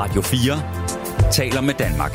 Radio 4 taler med Danmark.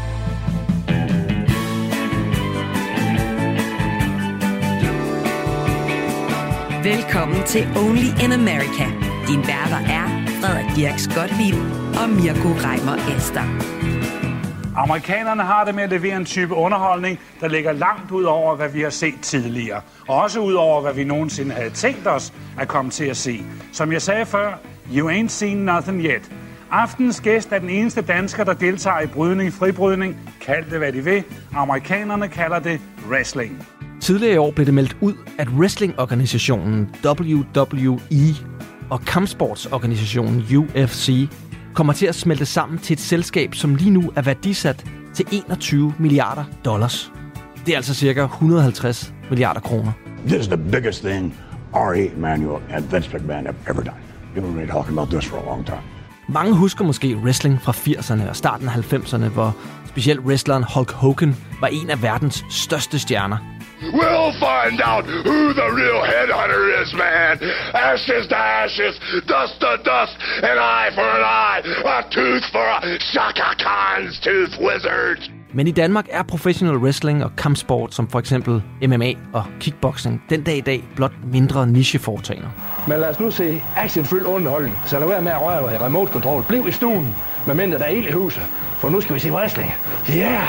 Velkommen til Only in America. Din værter er Frederik Dirks Gottlieb og Mirko Reimer Ester. Amerikanerne har det med at levere en type underholdning, der ligger langt ud over, hvad vi har set tidligere. Og også ud over, hvad vi nogensinde havde tænkt os at komme til at se. Som jeg sagde før, you ain't seen nothing yet. Aftenens gæst er den eneste dansker, der deltager i fribrydning. Kald det, hvad de vil. Amerikanerne kalder det wrestling. Tidligere i år blev det meldt ud, at wrestlingorganisationen WWE og kampsportsorganisationen UFC kommer til at smelte sammen til et selskab, som lige nu er værdisat til $21 milliarder. Det er altså cirka 150 milliarder kroner. This is the biggest thing R.E. Emanuel and Vince McMahon have ever done. People have been talking about this for a long time. Mange husker måske wrestling fra 80'erne og starten af 90'erne, hvor specielt wrestleren Hulk Hogan var en af verdens største stjerner. We'll find out who the real headhunter is, man. Ashes to ashes, dust to dust, an eye for an eye, a tooth for a Shaka Khan's tooth wizard. Men i Danmark er professional wrestling og kampsport, som for eksempel MMA og kickboxing, den dag i dag blot mindre nicheforetagender. Men lad os nu se actionfyldt underholdning, så lad være med at røre i remote control. Bliv i stuen, medmindre der er ild i huset, for nu skal vi se wrestling. Yeah!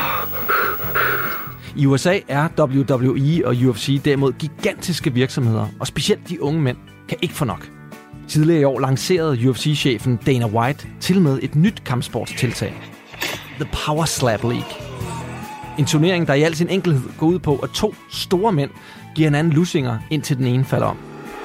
I USA er WWE og UFC derimod gigantiske virksomheder, og specielt de unge mænd kan ikke få nok. Tidligere i år lancerede UFC-chefen Dana White til med et nyt kampsportstiltag. The Power Slap League. En turnering, der i al sin enkelhed går ud på, at to store mænd giver hinanden lussinger, indtil den ene falder om.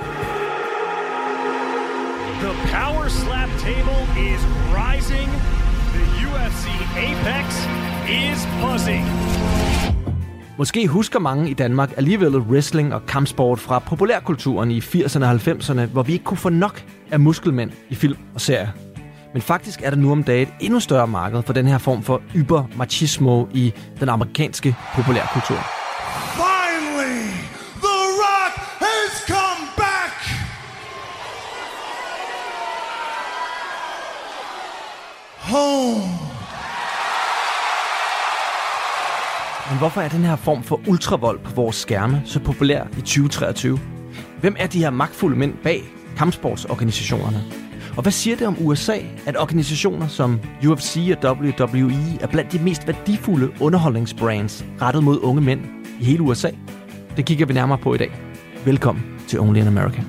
The Power Slap table is rising. The UFC Apex is buzzing. Måske husker mange i Danmark alligevel wrestling og kampsport fra populærkulturen i 80'erne og 90'erne, hvor vi ikke kunne få nok af muskelmænd i film og serier. Men faktisk er der nu om dagen et endnu større marked for den her form for yber-machismo i den amerikanske populærkultur. Finally, The Rock has come back! Home. Men hvorfor er den her form for ultravold på vores skærme så populær i 2023? Hvem er de her magtfulde mænd bag kampsportsorganisationerne? Og hvad siger det om USA, at organisationer som UFC og WWE er blandt de mest værdifulde underholdningsbrands rettet mod unge mænd i hele USA? Det kigger vi nærmere på i dag. Velkommen til Only in America.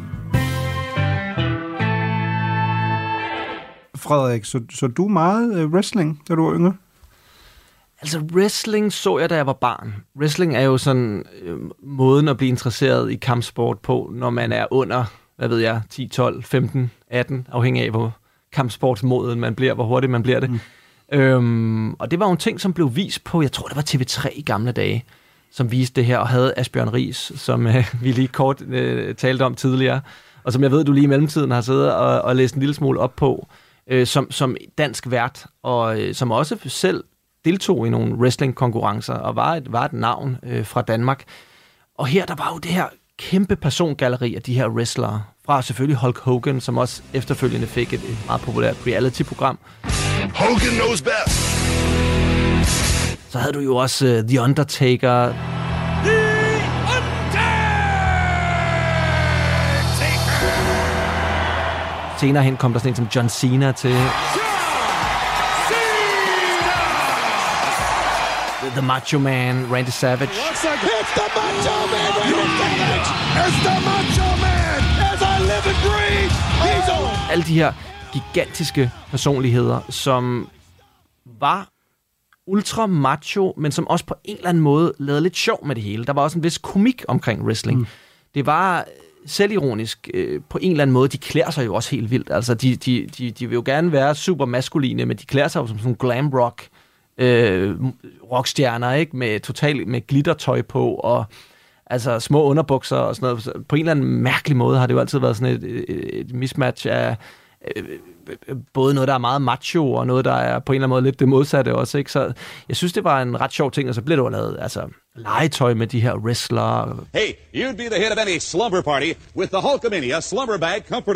Frederik, så du meget wrestling, da du var yngre? Altså, wrestling så jeg, da jeg var barn. Wrestling er jo sådan måden at blive interesseret i kampsport på, når man er under, 10, 12, 15, 18, afhængig af, hvor kampsportsmoden man bliver, hvor hurtigt man bliver det. Og det var jo en ting, som blev vist på, jeg tror, det var TV3 i gamle dage, som viste det her, og havde Asbjørn Riis, som vi lige kort talte om tidligere, og som jeg ved, du lige i mellemtiden har siddet og læst en lille smule op på, som dansk vært, og som også selv deltog i nogle wrestling-konkurrencer, og var et navn fra Danmark. Og her, der var jo det her kæmpe persongalleri af de her wrestlere, fra selvfølgelig Hulk Hogan, som også efterfølgende fik et meget populært reality-program. Hogan knows best. Så havde du jo også The Undertaker. Senere hen kom der sådan en som John Cena til. The Macho Man, Randy Savage. It's the Macho Man, Randy Savage! It's the Macho Man! As I live and breathe! He's on! Alle de her gigantiske personligheder, som var ultra macho, men som også på en eller anden måde lavede lidt sjov med det hele. Der var også en vis komik omkring wrestling. Det var selvironisk på en eller anden måde. De klæder sig jo også helt vildt. Altså, de vil jo gerne være super maskuline, men de klæder sig jo som sådan glam rock rockstjerner, ikke? Med glittertøj på, og altså små underbukser og sådan noget. På en eller anden mærkelig måde har det jo altid været sådan et mismatch af både noget, der er meget macho, og noget, der er på en eller anden måde lidt det modsatte også, ikke? Så jeg synes, det var en ret sjov ting, og så blev det jo lavet legetøj med de her wrestlere. Hey, you'd be the hit of any slumber party with the Hulkamania Slumber Bag Comforter.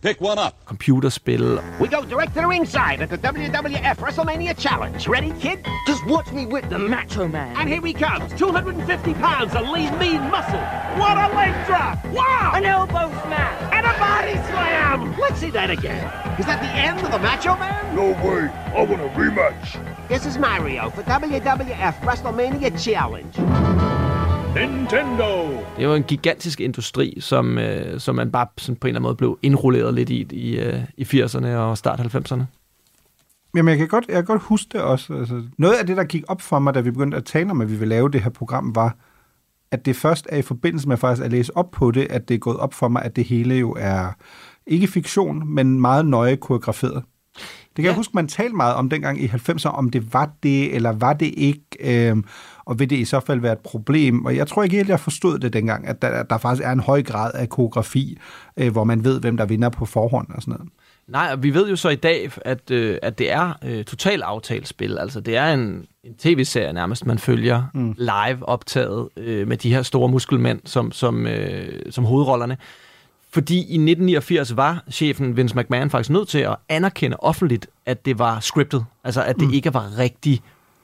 Pick one up. Computerspil. We go direct to the ringside at the WWF WrestleMania Challenge. Ready, kid? Just watch me whip the Macho Man. And here he comes. 250 pounds of lean, mean muscle. What a leg drop! Wow! An elbow smash. And a body slam! Let's see that again. Is that the end of the Macho Man? No way. I want a rematch. This is Mario for WWF WrestleMania Challenge. Nintendo! Det er jo en gigantisk industri, som man bare sådan på en eller anden måde blev indrulleret lidt i 80'erne og start 90'erne. Jamen, jeg kan godt huske det også. Altså, noget af det, der gik op for mig, da vi begyndte at tale om, at vi ville lave det her program, var, at det først er i forbindelse med faktisk at læse op på det, at det er gået op for mig, at det hele jo er ikke fiktion, men meget nøje koreograferet. Det kan jeg huske, man talte meget om dengang i 90'erne, om det var det, eller var det ikke, og vil det i så fald være et problem. Og jeg tror ikke helt, jeg forstod det dengang, at der faktisk er en høj grad af koreografi, hvor man ved, hvem der vinder på forhånd og sådan noget. Nej, og vi ved jo så i dag, at det er totalt aftalespil. Altså, det er en tv-serie nærmest, man følger live optaget med de her store muskelmænd som hovedrollerne. Fordi i 1989 var chefen Vince McMahon faktisk nødt til at anerkende offentligt, at det var scriptet. Altså, at det ikke var rigtig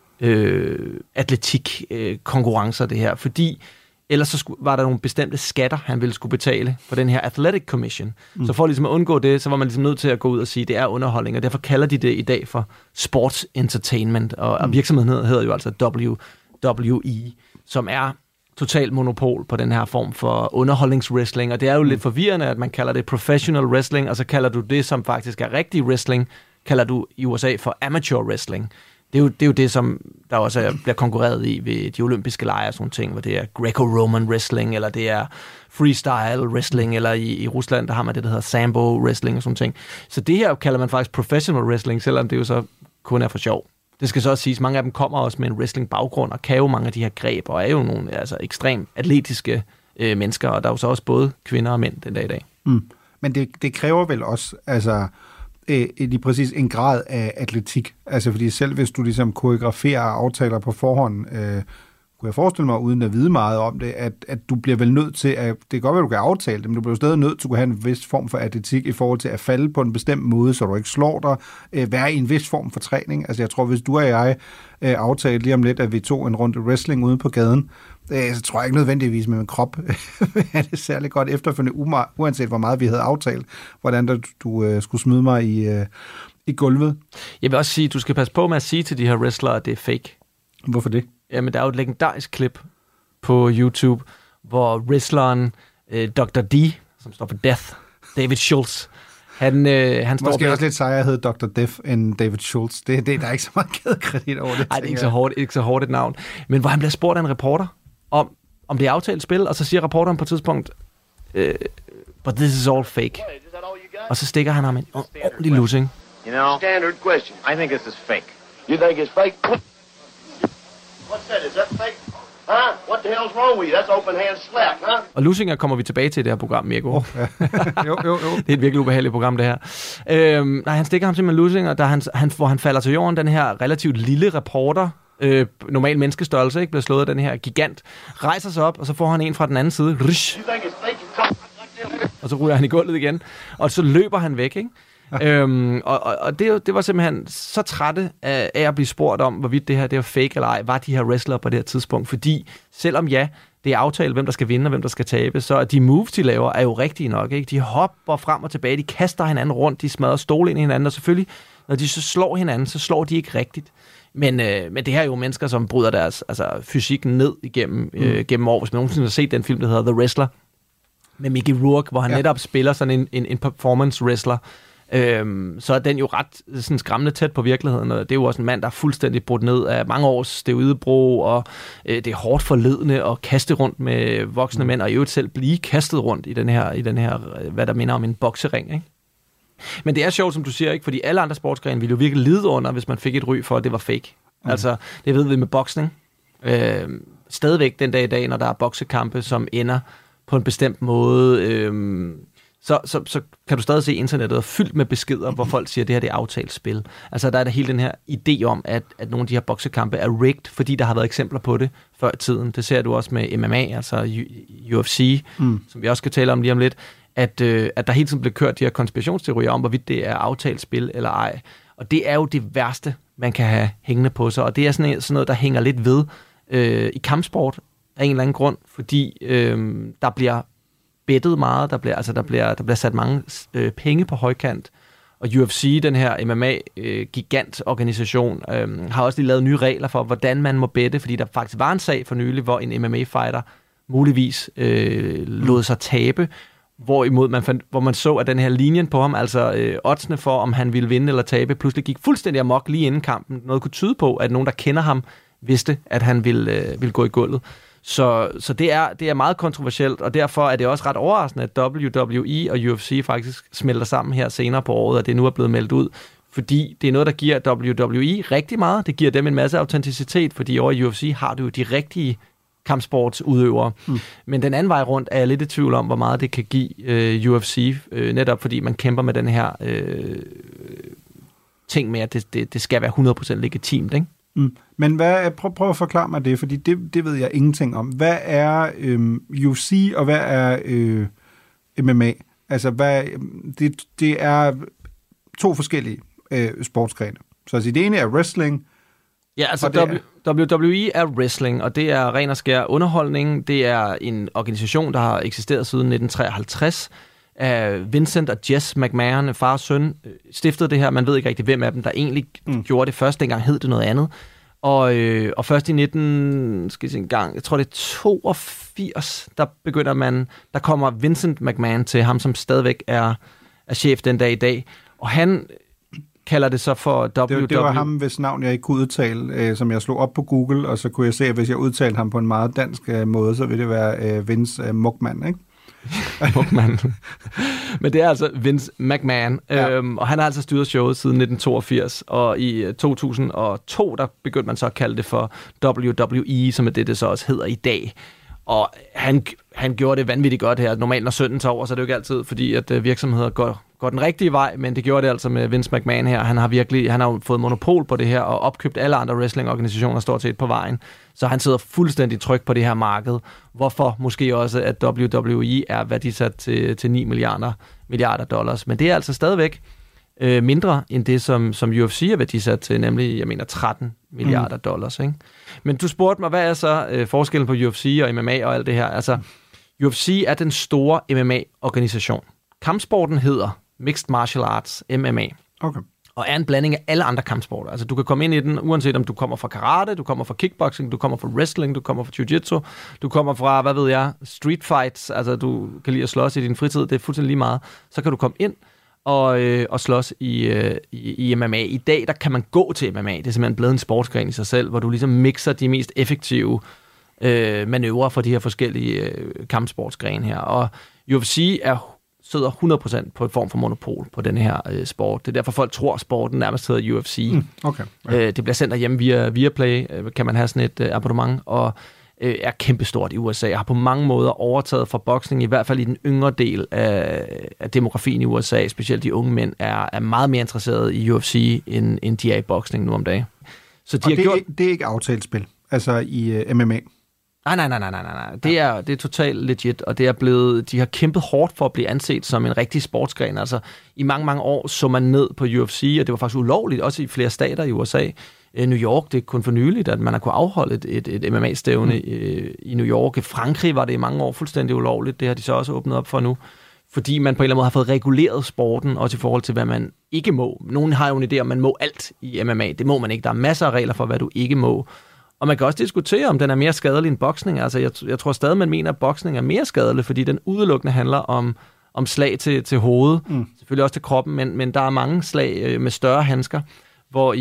atletik-konkurrencer, det her. Fordi ellers så var der nogle bestemte skatter, han ville skulle betale for den her Athletic Commission. Så for ligesom at undgå det, så var man ligesom nødt til at gå ud og sige, at det er underholdning, og derfor kalder de det i dag for sports entertainment, og virksomheden hedder jo altså WWE, som er total monopol på den her form for underholdningswrestling, og det er jo lidt forvirrende, at man kalder det professional wrestling, og så kalder du det, som faktisk er rigtig wrestling, kalder du i USA for amateur wrestling. Det er jo det, som der også bliver konkurreret i ved de olympiske lege og sådan ting, hvor det er Greco-Roman wrestling, eller det er freestyle wrestling, eller i Rusland, der har man det, der hedder sambo wrestling og sådan ting. Så det her kalder man faktisk professional wrestling, selvom det jo så kun er for sjov. Det skal så også siges, mange af dem kommer også med en wrestling-baggrund, og kan jo mange af de her greb, og er jo nogle ekstremt atletiske mennesker, og der er jo så også både kvinder og mænd den dag i dag. Men det kræver vel også, altså lige præcis en grad af atletik. Altså fordi selv hvis du ligesom koreograferer og aftaler på forhånd, kunne jeg forestille mig, uden at vide meget om det, at du bliver vel nødt til, at det kan godt være, at du kan aftale det, men du bliver stadig nødt til at have en vis form for atletik i forhold til at falde på en bestemt måde, så du ikke slår dig, være i en vis form for træning. Altså jeg tror, hvis du og jeg aftalte lige om lidt, at vi tog en runde wrestling ude på gaden, så tror jeg ikke nødvendigvis med min krop, er det særlig godt efterfølgende, uanset hvor meget vi havde aftalt, hvordan du skulle smide mig i gulvet. Jeg vil også sige, at du skal passe på med at sige til de her wrestlere, at det er fake. Hvorfor det? Jamen, der er jo et legendarisk klip på YouTube, hvor wrestleren Dr. D, som står for Death, David Schultz, han står... Måske også lidt sejere hed Dr. Death end David Schultz. Der er ikke så meget kredit over det. Nej, det er ikke så hårdt et navn. Men hvor han bliver spurgt af en reporter om det er aftalt spil, og så siger reporteren på et tidspunkt, but this is all fake. Og så stikker han ham en ordentlig lussing. You know, standard question. I think this is fake. You think it's fake? What's that? Is that fake? Huh? What the hell's wrong with you? That's open hand slap, huh? Og lussinger kommer vi tilbage til i det her program, Mirko. Jo. Det er et virkelig ubehageligt program, det her. Nej, han stikker ham simpelthen lussinger, hvor han falder til jorden, den her relativt lille reporter, normal menneskestørrelse, ikke, bliver slået af den her gigant, rejser sig op, og så får han en fra den anden side, og så ryger han i gulvet igen, og så løber han væk, ikke? Og det var simpelthen så trætte af at blive spurgt om, hvorvidt det her det var fake eller ej, var de her wrestlere på det her tidspunkt, fordi selvom det er aftalt, hvem der skal vinde og hvem der skal tabe, så de moves, de laver, er jo rigtige nok, ikke? De hopper frem og tilbage, de kaster hinanden rundt, de smadrer stole ind i hinanden, og selvfølgelig, når de så slår hinanden, så slår de ikke rigtigt. Men det her er jo mennesker, som bryder deres fysik ned gennem år. Hvis man nogensinde har set den film, der hedder The Wrestler, med Mickey Rourke, hvor han netop spiller sådan en performance wrestler, så er den jo ret sådan skræmmende tæt på virkeligheden, og det er jo også en mand, der er fuldstændig brudt ned af mange års steroidbrug, og det er hårdt forledende at kaste rundt med voksne mænd, og i øvrigt selv blive kastet rundt i den her hvad der minder om en boksering, ikke? Men det er sjovt, som du siger, ikke? Fordi alle andre sportsgrene ville jo virkelig lide under, hvis man fik et ry for, at det var fake. Altså, det ved vi med boksning. Stadigvæk den dag i dag, når der er boksekampe, som ender på en bestemt måde, så kan du stadig se internettet er fyldt med beskeder, hvor folk siger, at det her det er aftalt spil. Altså, der er der hele den her idé om, at nogle af de her boksekampe er rigged, fordi der har været eksempler på det før i tiden. Det ser du også med MMA, altså UFC, som vi også skal tale om lige om lidt. at der hele tiden blev kørt de her konspirationsteorier om, hvorvidt det er aftalt spil eller ej. Og det er jo det værste, man kan have hængende på sig, og det er sådan noget, der hænger lidt ved i kampsport af en eller anden grund, fordi der bliver bettet meget, der bliver sat mange penge på højkant, og UFC, den her MMA-gigantorganisation, har også lige lavet nye regler for, hvordan man må bette, fordi der faktisk var en sag for nylig, hvor en MMA-fighter muligvis lod sig tabe, hvor man så, at den her linjen på ham, altså oddsene for, om han ville vinde eller tabe, pludselig gik fuldstændig amok lige inden kampen. Noget kunne tyde på, at nogen, der kender ham, vidste, at han ville gå i gulvet. Så det er meget kontroversielt, og derfor er det også ret overraskende, at WWE og UFC faktisk smelter sammen her senere på året, og det nu er blevet meldt ud, fordi det er noget, der giver WWE rigtig meget. Det giver dem en masse autenticitet, fordi over i UFC har du jo de rigtige kampsportsudøvere. Men den anden vej rundt er jeg lidt i tvivl om, hvor meget det kan give UFC, netop fordi man kæmper med den her ting med, at det skal være 100% legitimt, ikke? Men prøv at forklare mig det, fordi det ved jeg ingenting om. Hvad er UFC, og hvad er MMA? Altså, det er to forskellige sportsgrene. Så altså, det ene er wrestling. Ja, altså WWE er wrestling, og det er ren og skær underholdning. Det er en organisation, der har eksisteret siden 1953. Vincent og Jess McMahon, far og søn, stiftede det her. Man ved ikke rigtig, hvem af dem, der egentlig gjorde det først. Dengang hed det noget andet. Og først i jeg tror det er 82, der kommer Vincent McMahon til ham, som stadigvæk er chef den dag i dag. Og han kalder det så for WWE. Det var ham, hvis navn jeg ikke kunne udtale, som jeg slog op på Google, og så kunne jeg se, at hvis jeg udtalte ham på en meget dansk måde, så ville det være Vince McMahon, ikke? McMahon. Men det er altså Vince McMahon, og han har altså styret showet siden 1982, og i 2002, der begyndte man så at kalde det for WWE, som er det så også hedder i dag. Og han gjorde det vanvittigt godt her. Normalt når sønnen tager over, så er det jo ikke altid, fordi at virksomheder går den rigtige vej, men det gjorde det altså med Vince McMahon her. Han har jo fået monopol på det her, og opkøbt alle andre wrestlingorganisationer stort set på vejen. Så han sidder fuldstændig tryg på det her marked. Hvorfor måske også, at WWE er værdisat til 9 milliarder dollars. Men det er altså stadigvæk mindre end det, som UFC er værdisat til, nemlig, jeg mener, 13 milliarder dollars. Ikke? Men du spurgte mig, hvad er så forskellen på UFC og MMA og alt det her? Altså, UFC er den store MMA-organisation. Kampsporten hedder Mixed Martial Arts, MMA. Okay. Og er en blanding af alle andre kampsporter. Altså, du kan komme ind i den, uanset om du kommer fra karate, du kommer fra kickboxing, du kommer fra wrestling, du kommer fra jiu-jitsu, du kommer fra, street fights, altså du kan lide at slås i din fritid, det er fuldstændig lige meget. Så kan du komme ind og slås i MMA. I dag, der kan man gå til MMA. Det er simpelthen blevet en sportsgren i sig selv, hvor du ligesom mixer de mest effektive manøvrer for de her forskellige kampsportsgrene her. Og UFC sidder 100% på en form for monopol på den her sport. Det er derfor, folk tror, at sporten nærmest hedder UFC. Okay. Det bliver sendt derhjemme via Viaplay, kan man have sådan et abonnement, og er kæmpestort i USA. Har på mange måder overtaget fra boksning, i hvert fald i den yngre del af demografien i USA. Specielt de unge mænd er meget mere interesserede i UFC, end de er i boksning nu om dagen. Så det er ikke aftalt spil, altså i MMA? Nej. Det er totalt legit, og det er blevet, de har kæmpet hårdt for at blive anset som en rigtig sportsgren. Altså, i mange år så man ned på UFC, og det var faktisk ulovligt, også i flere stater i USA. New York, det er kun for nyligt, at man har kunnet afholde et MMA-stævne i New York. I Frankrig var det i mange år fuldstændig ulovligt. Det har de så også åbnet op for nu. Fordi man på en eller anden måde har fået reguleret sporten, også i forhold til, hvad man ikke må. Nogen har jo en idé om, man må alt i MMA. Det må man ikke. Der er masser af regler for, hvad du ikke må. Og man kan også diskutere, om den er mere skadelig end boksning. Altså, jeg tror stadig, man mener, at boksning er mere skadelig, fordi den udelukkende handler om slag til hovedet. Selvfølgelig også til kroppen, men der er mange slag med større handsker, hvor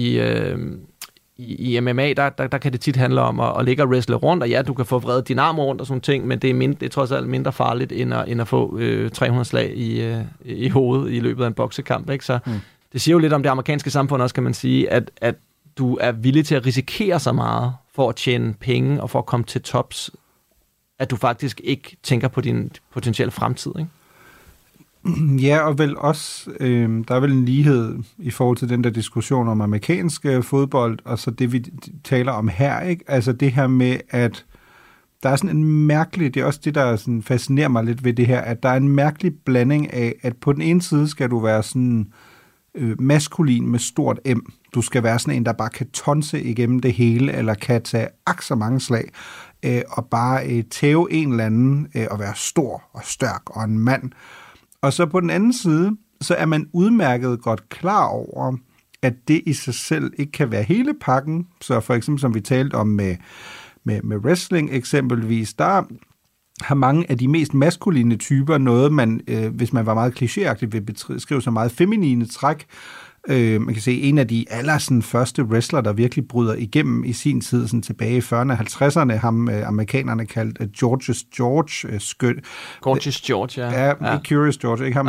i MMA, der kan det tit handle om at ligge og wrestle rundt, og ja, du kan få vredet din arm rundt og sådan ting, men det er trods alt mindre farligt, end at få 300 slag i hovedet i løbet af en boksekamp. Ikke? Så det siger jo lidt om det amerikanske samfund også, kan man sige, at du er villig til at risikere så meget for at tjene penge og for at komme til tops, at du faktisk ikke tænker på din potentielle fremtid, ikke? Ja, og vel også, der er vel en lighed i forhold til den der diskussion om amerikansk fodbold, og så det, vi taler om her, ikke? Altså det her med, at der er sådan en mærkelig, det er også det, der sådan fascinerer mig lidt ved det her, at der er en mærkelig blanding af, at på den ene side skal du være sådan maskulin med stort M. Du skal være sådan en, der bare kan tonse igennem det hele, eller kan tage så mange slag, og bare tæve en eller anden, og være stor og stærk og en mand. Og så på den anden side, så er man udmærket godt klar over, at det i sig selv ikke kan være hele pakken. Så for eksempel, som vi talte om med wrestling eksempelvis, der har mange af de mest maskuline typer noget, man, hvis man var meget klichéagtig, vil beskrive så meget feminine træk. Man kan se, en af de første wrestler, der virkelig bryder igennem i sin tid, sådan tilbage i 40'erne og 50'erne, ham amerikanerne kaldte Gorgeous George. Gorgeous George, ja. Ja. Ikke Curious George, ikke ham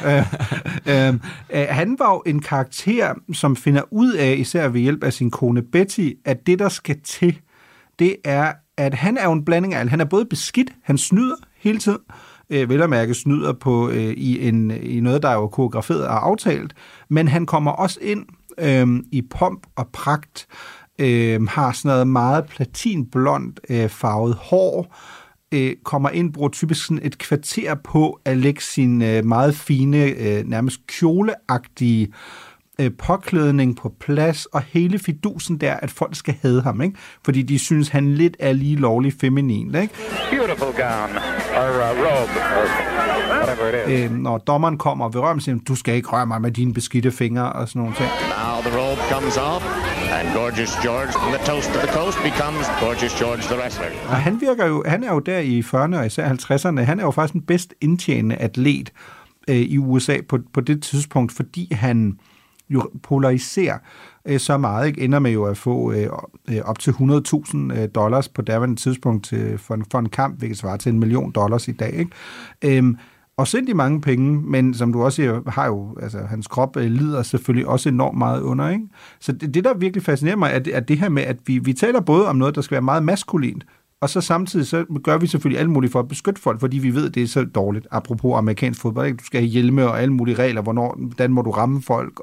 med han var jo en karakter, som finder ud af, især ved hjælp af sin kone Betty, at det, der skal til, det er, at han er jo en blanding af alt. Han er både beskidt, han snyder hele tiden, vel at mærke snyder på i noget, der er jo koreograferet og aftalt, men han kommer også ind i pomp og pragt, har sådan noget meget platinblondt farvet hår, kommer ind, bruger typisk sådan et kvarter på at lægge sin meget fine, nærmest kjoleagtige påklædning på plads, og hele fidusen der, at folk skal hade ham, ikke? Fordi de synes, han lidt er lige lovlig feminin, ikke? Beautiful gown, or robe, or whatever it is. Når dommeren kommer og vil røre mig, siger, du skal ikke røre mig med dine beskidte fingre, og sådan nogle ting. Now the robe comes off, and Gorgeous George, the toast of the coast, becomes Gorgeous George the wrestler. Og han er jo der i 40'erne og især 50'erne, han er jo faktisk den bedst indtjenende atlet i USA på det tidspunkt, fordi han jo polariserer så meget, ikke? Ender med jo at få op til $100,000 på daværende tidspunkt for en kamp, hvilket svarer til $1 million i dag, ikke? Og sindssygt mange penge, men som du også siger, har jo, altså hans krop lider selvfølgelig også enormt meget under, ikke? Så det der virkelig fascinerer mig, er det her med, at vi taler både om noget, der skal være meget maskulint, og så samtidig så gør vi selvfølgelig alt muligt for at beskytte folk, fordi vi ved, det er så dårligt. Apropos amerikansk fodbold, ikke? Du skal have hjelme og alle mulige regler, hvordan må du ramme folk,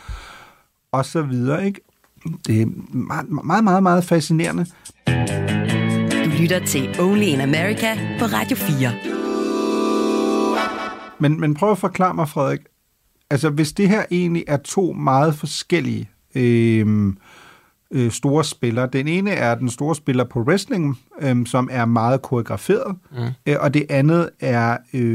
og så videre, ikke? Det er meget, meget, meget fascinerende. Du lytter til Only in America på Radio 4. Men prøv at forklare mig, Frederik. Altså, hvis det her egentlig er to meget forskellige store spillere. Den ene er den store spiller på wrestling, som er meget koreograferet, og det andet er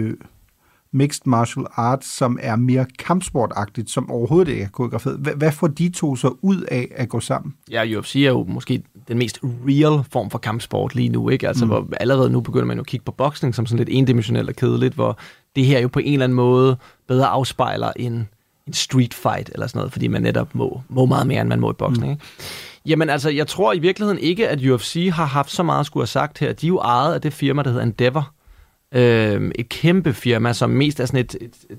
mixed martial arts, som er mere kampsportagtigt, som overhovedet ikke er koreograferet. Hvad får de to så ud af at gå sammen? Ja, UFC er jo måske den mest real form for kampsport lige nu, ikke? Altså, hvor allerede nu begynder man jo at kigge på boksning som sådan lidt endimensionelt og kedeligt, hvor det her jo på en eller anden måde bedre afspejler en street fight eller sådan noget, fordi man netop må meget mere, end man må i boksning, ikke? Jamen altså, jeg tror i virkeligheden ikke, at UFC har haft så meget at skulle have sagt her. De er jo ejet af det firma, der hedder Endeavor. Et kæmpe firma, som mest er sådan et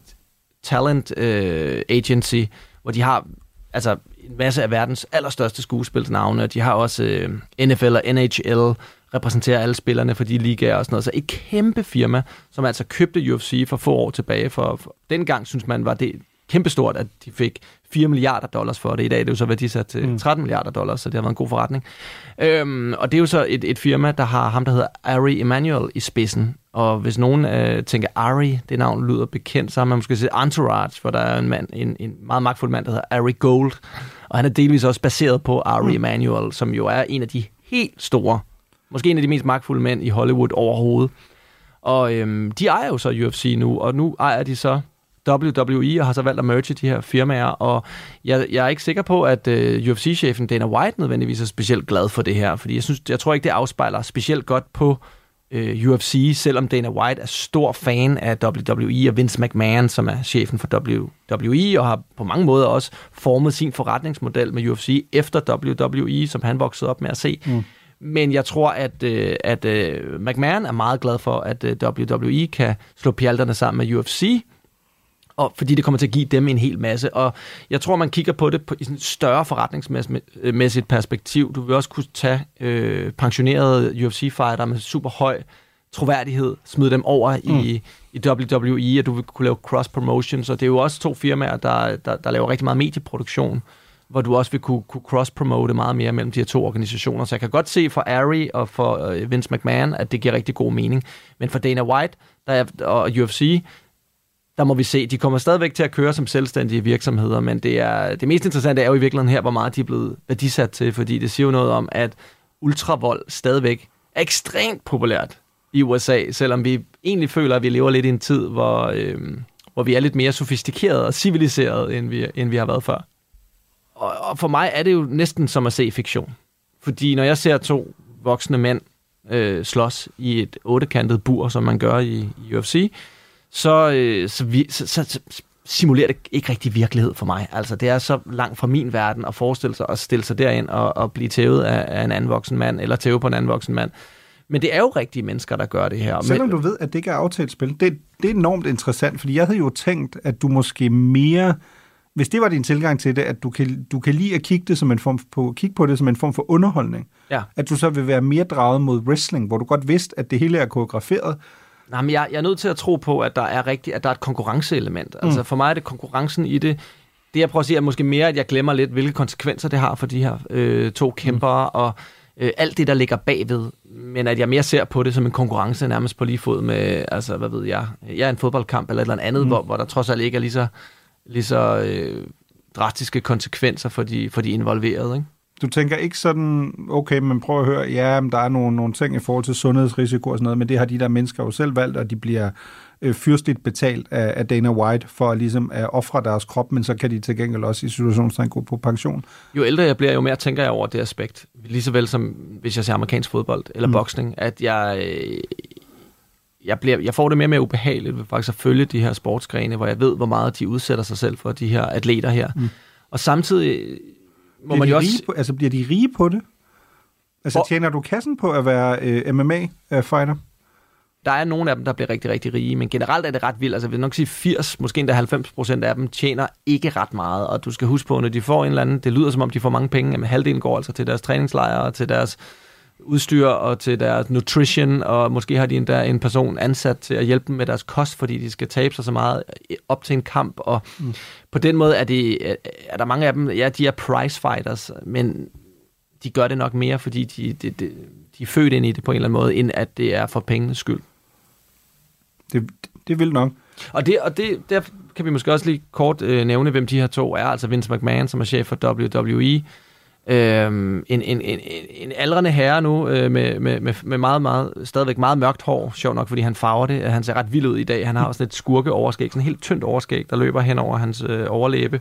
talent agency, hvor de har altså en masse af verdens allerstørste skuespilsnavne. De har også NFL og NHL, repræsenterer alle spillerne for de ligaer og sådan noget. Så et kæmpe firma, som altså købte UFC for få år tilbage. For dengang synes man, var det kæmpestort, at de fik $4 milliarder for det. I dag er det jo så værdisat til $13 milliarder, så det har været en god forretning. Og det er jo så et firma, der har ham, der hedder Ari Emanuel i spidsen. Og hvis nogen tænker, Ari, det navn lyder bekendt, så har man måske set Entourage, hvor der er en mand, en meget magtfuld mand, der hedder Ari Gold. Og han er delvis også baseret på Ari Emanuel, som jo er en af de helt store, måske en af de mest magtfulde mænd i Hollywood overhovedet. Og de ejer jo så UFC nu, og nu ejer de så WWE og har så valgt at merge de her firmaer, og jeg er ikke sikker på, at UFC-chefen Dana White nødvendigvis er specielt glad for det her, fordi jeg tror ikke, det afspejler specielt godt på UFC, selvom Dana White er stor fan af WWE og Vince McMahon, som er chefen for WWE, og har på mange måder også formet sin forretningsmodel med UFC efter WWE, som han voksede op med at se. Men jeg tror, at McMahon er meget glad for, at WWE kan slå pjalterne sammen med UFC, og fordi det kommer til at give dem en hel masse. Og jeg tror, man kigger på det i sådan et større forretningsmæssigt perspektiv. Du vil også kunne tage pensionerede UFC-fighter med super høj troværdighed, smide dem over i WWE, og du vil kunne lave cross-promotions. Og det er jo også to firmaer, der laver rigtig meget medieproduktion, hvor du også vil kunne cross-promote meget mere mellem de her to organisationer. Så jeg kan godt se for Ari og for Vince McMahon, at det giver rigtig god mening. Men for Dana White og UFC, der må vi se, de kommer stadigvæk til at køre som selvstændige virksomheder, men det mest interessante er jo i virkeligheden her, hvor meget de er blevet værdisat til, fordi det siger jo noget om, at ultravold stadigvæk er ekstremt populært i USA, selvom vi egentlig føler, at vi lever lidt i en tid, hvor vi er lidt mere sofistikerede og civiliserede, end vi har været før. Og for mig er det jo næsten som at se fiktion. Fordi når jeg ser to voksne mænd slås i et 8-kantet bur, som man gør i UFC, så simulerer det ikke rigtig virkelighed for mig. Altså, det er så langt fra min verden at forestille sig at stille sig derind og blive tævet af en anden voksen mand, eller tæve på en anden voksen mand. Men det er jo rigtige mennesker, der gør det her. Selvom du ved, at det ikke er aftalt spil, det er enormt interessant, fordi jeg havde jo tænkt, at du måske mere, hvis det var din tilgang til det, at du kan lide at kigge på det som en form for underholdning, ja. At du så vil være mere draget mod wrestling, hvor du godt vidste, at det hele er koreograferet. Nej, men jeg er nødt til at tro på, at der er et konkurrenceelement. Altså for mig er det konkurrencen i det. Det jeg prøver at sige er måske mere, at jeg glemmer lidt, hvilke konsekvenser det har for de her to kæmpere, og alt det, der ligger bagved. Men at jeg mere ser på det som en konkurrence nærmest på lige fod med, altså hvad ved jeg, en fodboldkamp eller et eller andet, hvor der trods alt ikke er lige så drastiske konsekvenser for de involverede, ikke? Du tænker ikke sådan, okay, men prøv at høre, ja, der er nogle ting i forhold til sundhedsrisiko og sådan noget, men det har de der mennesker jo selv valgt, og de bliver fyrstligt betalt af Dana White for ligesom at ofre deres krop, men så kan de til gengæld også i situationstegn gå på pension. Jo ældre jeg bliver, jo mere tænker jeg over det aspekt. Lige så vel som hvis jeg ser amerikansk fodbold eller boksning, at jeg får det mere ubehageligt ved faktisk at følge de her sportsgrene, hvor jeg ved, hvor meget de udsætter sig selv for, de her atleter her. Og samtidig må man jo også... bliver de rige på det? Altså tjener du kassen på at være MMA-fighter? Der er nogle af dem, der bliver rigtig, rigtig rige, men generelt er det ret vildt. Altså, jeg vil nok sige 80, måske endda 90% af dem tjener ikke ret meget, og du skal huske på, når de får en eller anden, det lyder som om, de får mange penge, men halvdelen går altså til deres træningslejre, og til deres udstyr, og til deres nutrition, og måske har de endda en person ansat til at hjælpe dem med deres kost, fordi de skal tabe sig så meget op til en kamp, og på den måde er der mange af dem, ja, de er prize fighters, men de gør det nok mere, fordi de er født ind i det på en eller anden måde, end at det er for pengenes skyld. Det vil nok. Og der kan vi måske også lige kort nævne, hvem de her to er. Altså Vince McMahon, som er chef for WWE. En aldrende herre nu, med meget, meget, stadigvæk meget mørkt hår. Sjovt nok, fordi han farver det. Han ser ret vild ud i dag. Han har også et skurke-overskæg, sådan et helt tyndt overskæg, der løber hen over hans overlæbe.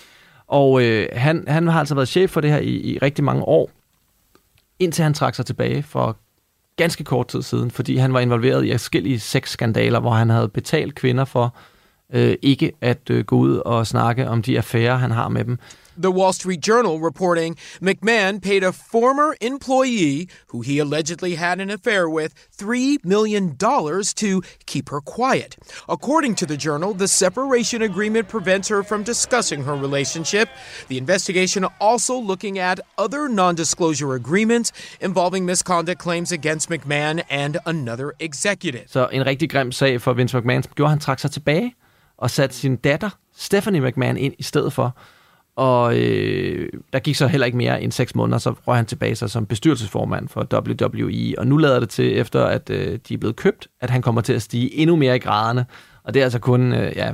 Og han har altså været chef for det her i rigtig mange år, indtil han trak sig tilbage for ganske kort tid siden, fordi han var involveret i forskellige sexskandaler, hvor han havde betalt kvinder for ikke at gå ud og snakke om de affærer, han har med dem. The Wall Street Journal reporting McMahon paid a former employee who he allegedly had an affair with $3 million to keep her quiet. According to the Journal, the separation agreement prevents her from discussing her relationship. The investigation also looking at other non-disclosure agreements involving misconduct claims against McMahon and another executive. Så en rigtig grim sag for Vince McMahon, som gjorde, han trak sig tilbage og satte sin datter, Stephanie McMahon, ind i stedet for. Og der gik så heller ikke mere end 6 måneder, så røg han tilbage sig som bestyrelsesformand for WWE. Og nu lader det til, efter at de er blevet købt, at han kommer til at stige endnu mere i graderne. Og det er altså kun,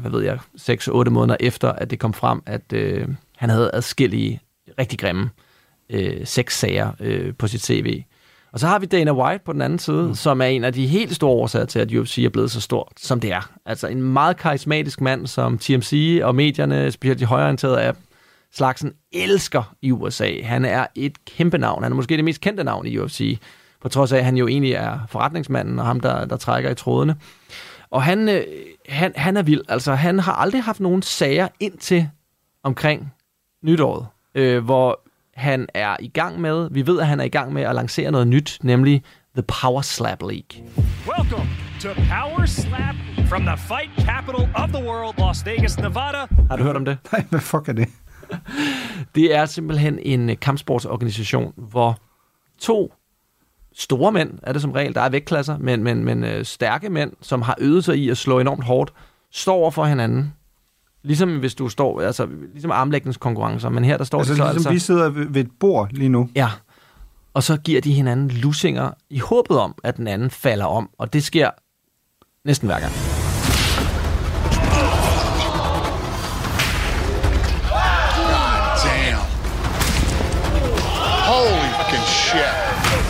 6-8 måneder efter, at det kom frem, at han havde adskillige rigtig grimme sexsager på sit CV. Og så har vi Dana White på den anden side, som er en af de helt store årsager til, at UFC er blevet så stort, som det er. Altså en meget karismatisk mand, som TMZ og medierne, specielt de højreorienterede af slagsen, elsker i USA. Han er et kæmpe navn. Han er måske det mest kendte navn i UFC, på trods af, at han jo egentlig er forretningsmanden, og ham, der trækker i trådene. Og han er vild. Altså, han har aldrig haft nogen sager indtil omkring nytåret, hvor han er i gang med, vi ved, at han er i gang med at lancere noget nyt, nemlig The Power Slap League. Welcome to Power Slap from the fight capital of the world, Las Vegas, Nevada. Har du hørt om det? Nej, hvad fuck er det? Det er simpelthen en kampsportsorganisation, hvor 2 store mænd, er det som regel, der er vægtklasser, men stærke mænd, som har øvet sig i at slå enormt hårdt, står over for hinanden Ligesom hvis du står, altså ligesom armlægningskonkurrencer, men her der står altså, de så ligesom vi sidder ved et bord lige nu. Ja, og så giver de hinanden lussinger i håbet om, at den anden falder om, og det sker næsten hver gang. Damn. Holy fucking shit.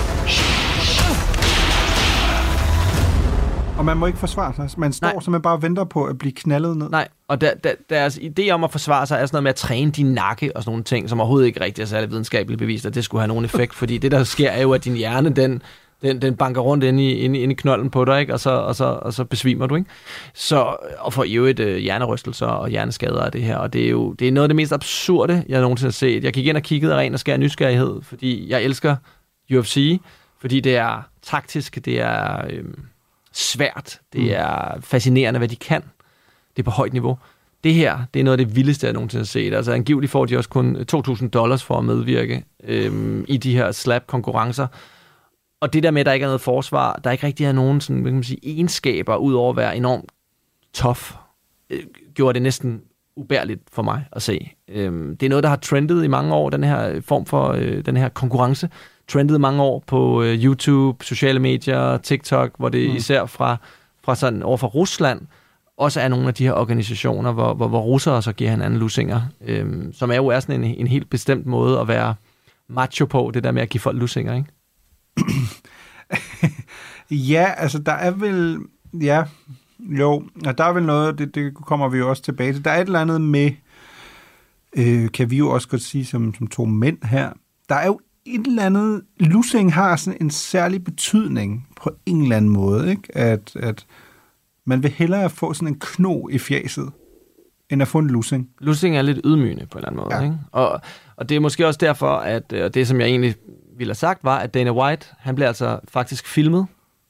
Og man må ikke forsvare sig. Man står simpelthen bare og venter på at blive knaldet ned. Nej, og deres idé om at forsvare sig er sådan noget med at træne din nakke og sådan nogle ting, som overhovedet ikke rigtig er særlig videnskabeligt bevist, at det skulle have nogen effekt, fordi det der sker er jo, at din hjerne, den banker rundt inde i knolden på dig, ikke? Og så besvimer du, ikke? Så, og får jo et hjernerystelser og hjerneskader af det her, og det er noget af det mest absurde, jeg nogensinde har set. Jeg gik ind og kiggede af ren og skær nysgerrighed, fordi jeg elsker UFC, fordi det er taktisk, det er svært, det er fascinerende, hvad de kan. Det er på højt niveau. Det her, det er noget af det vildeste, jeg nogensinde har set. Altså angiveligt får de også kun $2,000 for at medvirke i de her slap-konkurrencer. Og det der med, at der ikke er noget forsvar, der ikke rigtig er nogen sådan, kan man sige, egenskaber, ud over at være enormt tough, gjorde det næsten ubærligt for mig at se. Det er noget, der har trendet i mange år, den her form for den her konkurrence. Trendet mange år på YouTube, sociale medier, TikTok, hvor det især fra sådan over for Rusland, også er nogle af de her organisationer, hvor russere så giver hinanden lussinger, som er jo sådan en helt bestemt måde at være macho på, det der med at give folk lussinger, ikke? Ja, altså der er vel... Ja, jo, og der er vel noget, det kommer vi jo også tilbage til. Der er et eller andet med, kan vi jo også godt sige som to mænd her, der er jo et eller andet... Lussing har sådan en særlig betydning på en eller anden måde, ikke? At man vil hellere få sådan en kno i fjeset, end at få en lussing. Lussing er lidt ydmygende på en eller anden måde, ikke? Og det er måske også derfor, at det, som jeg egentlig ville have sagt, var, at Dana White, han blev altså faktisk filmet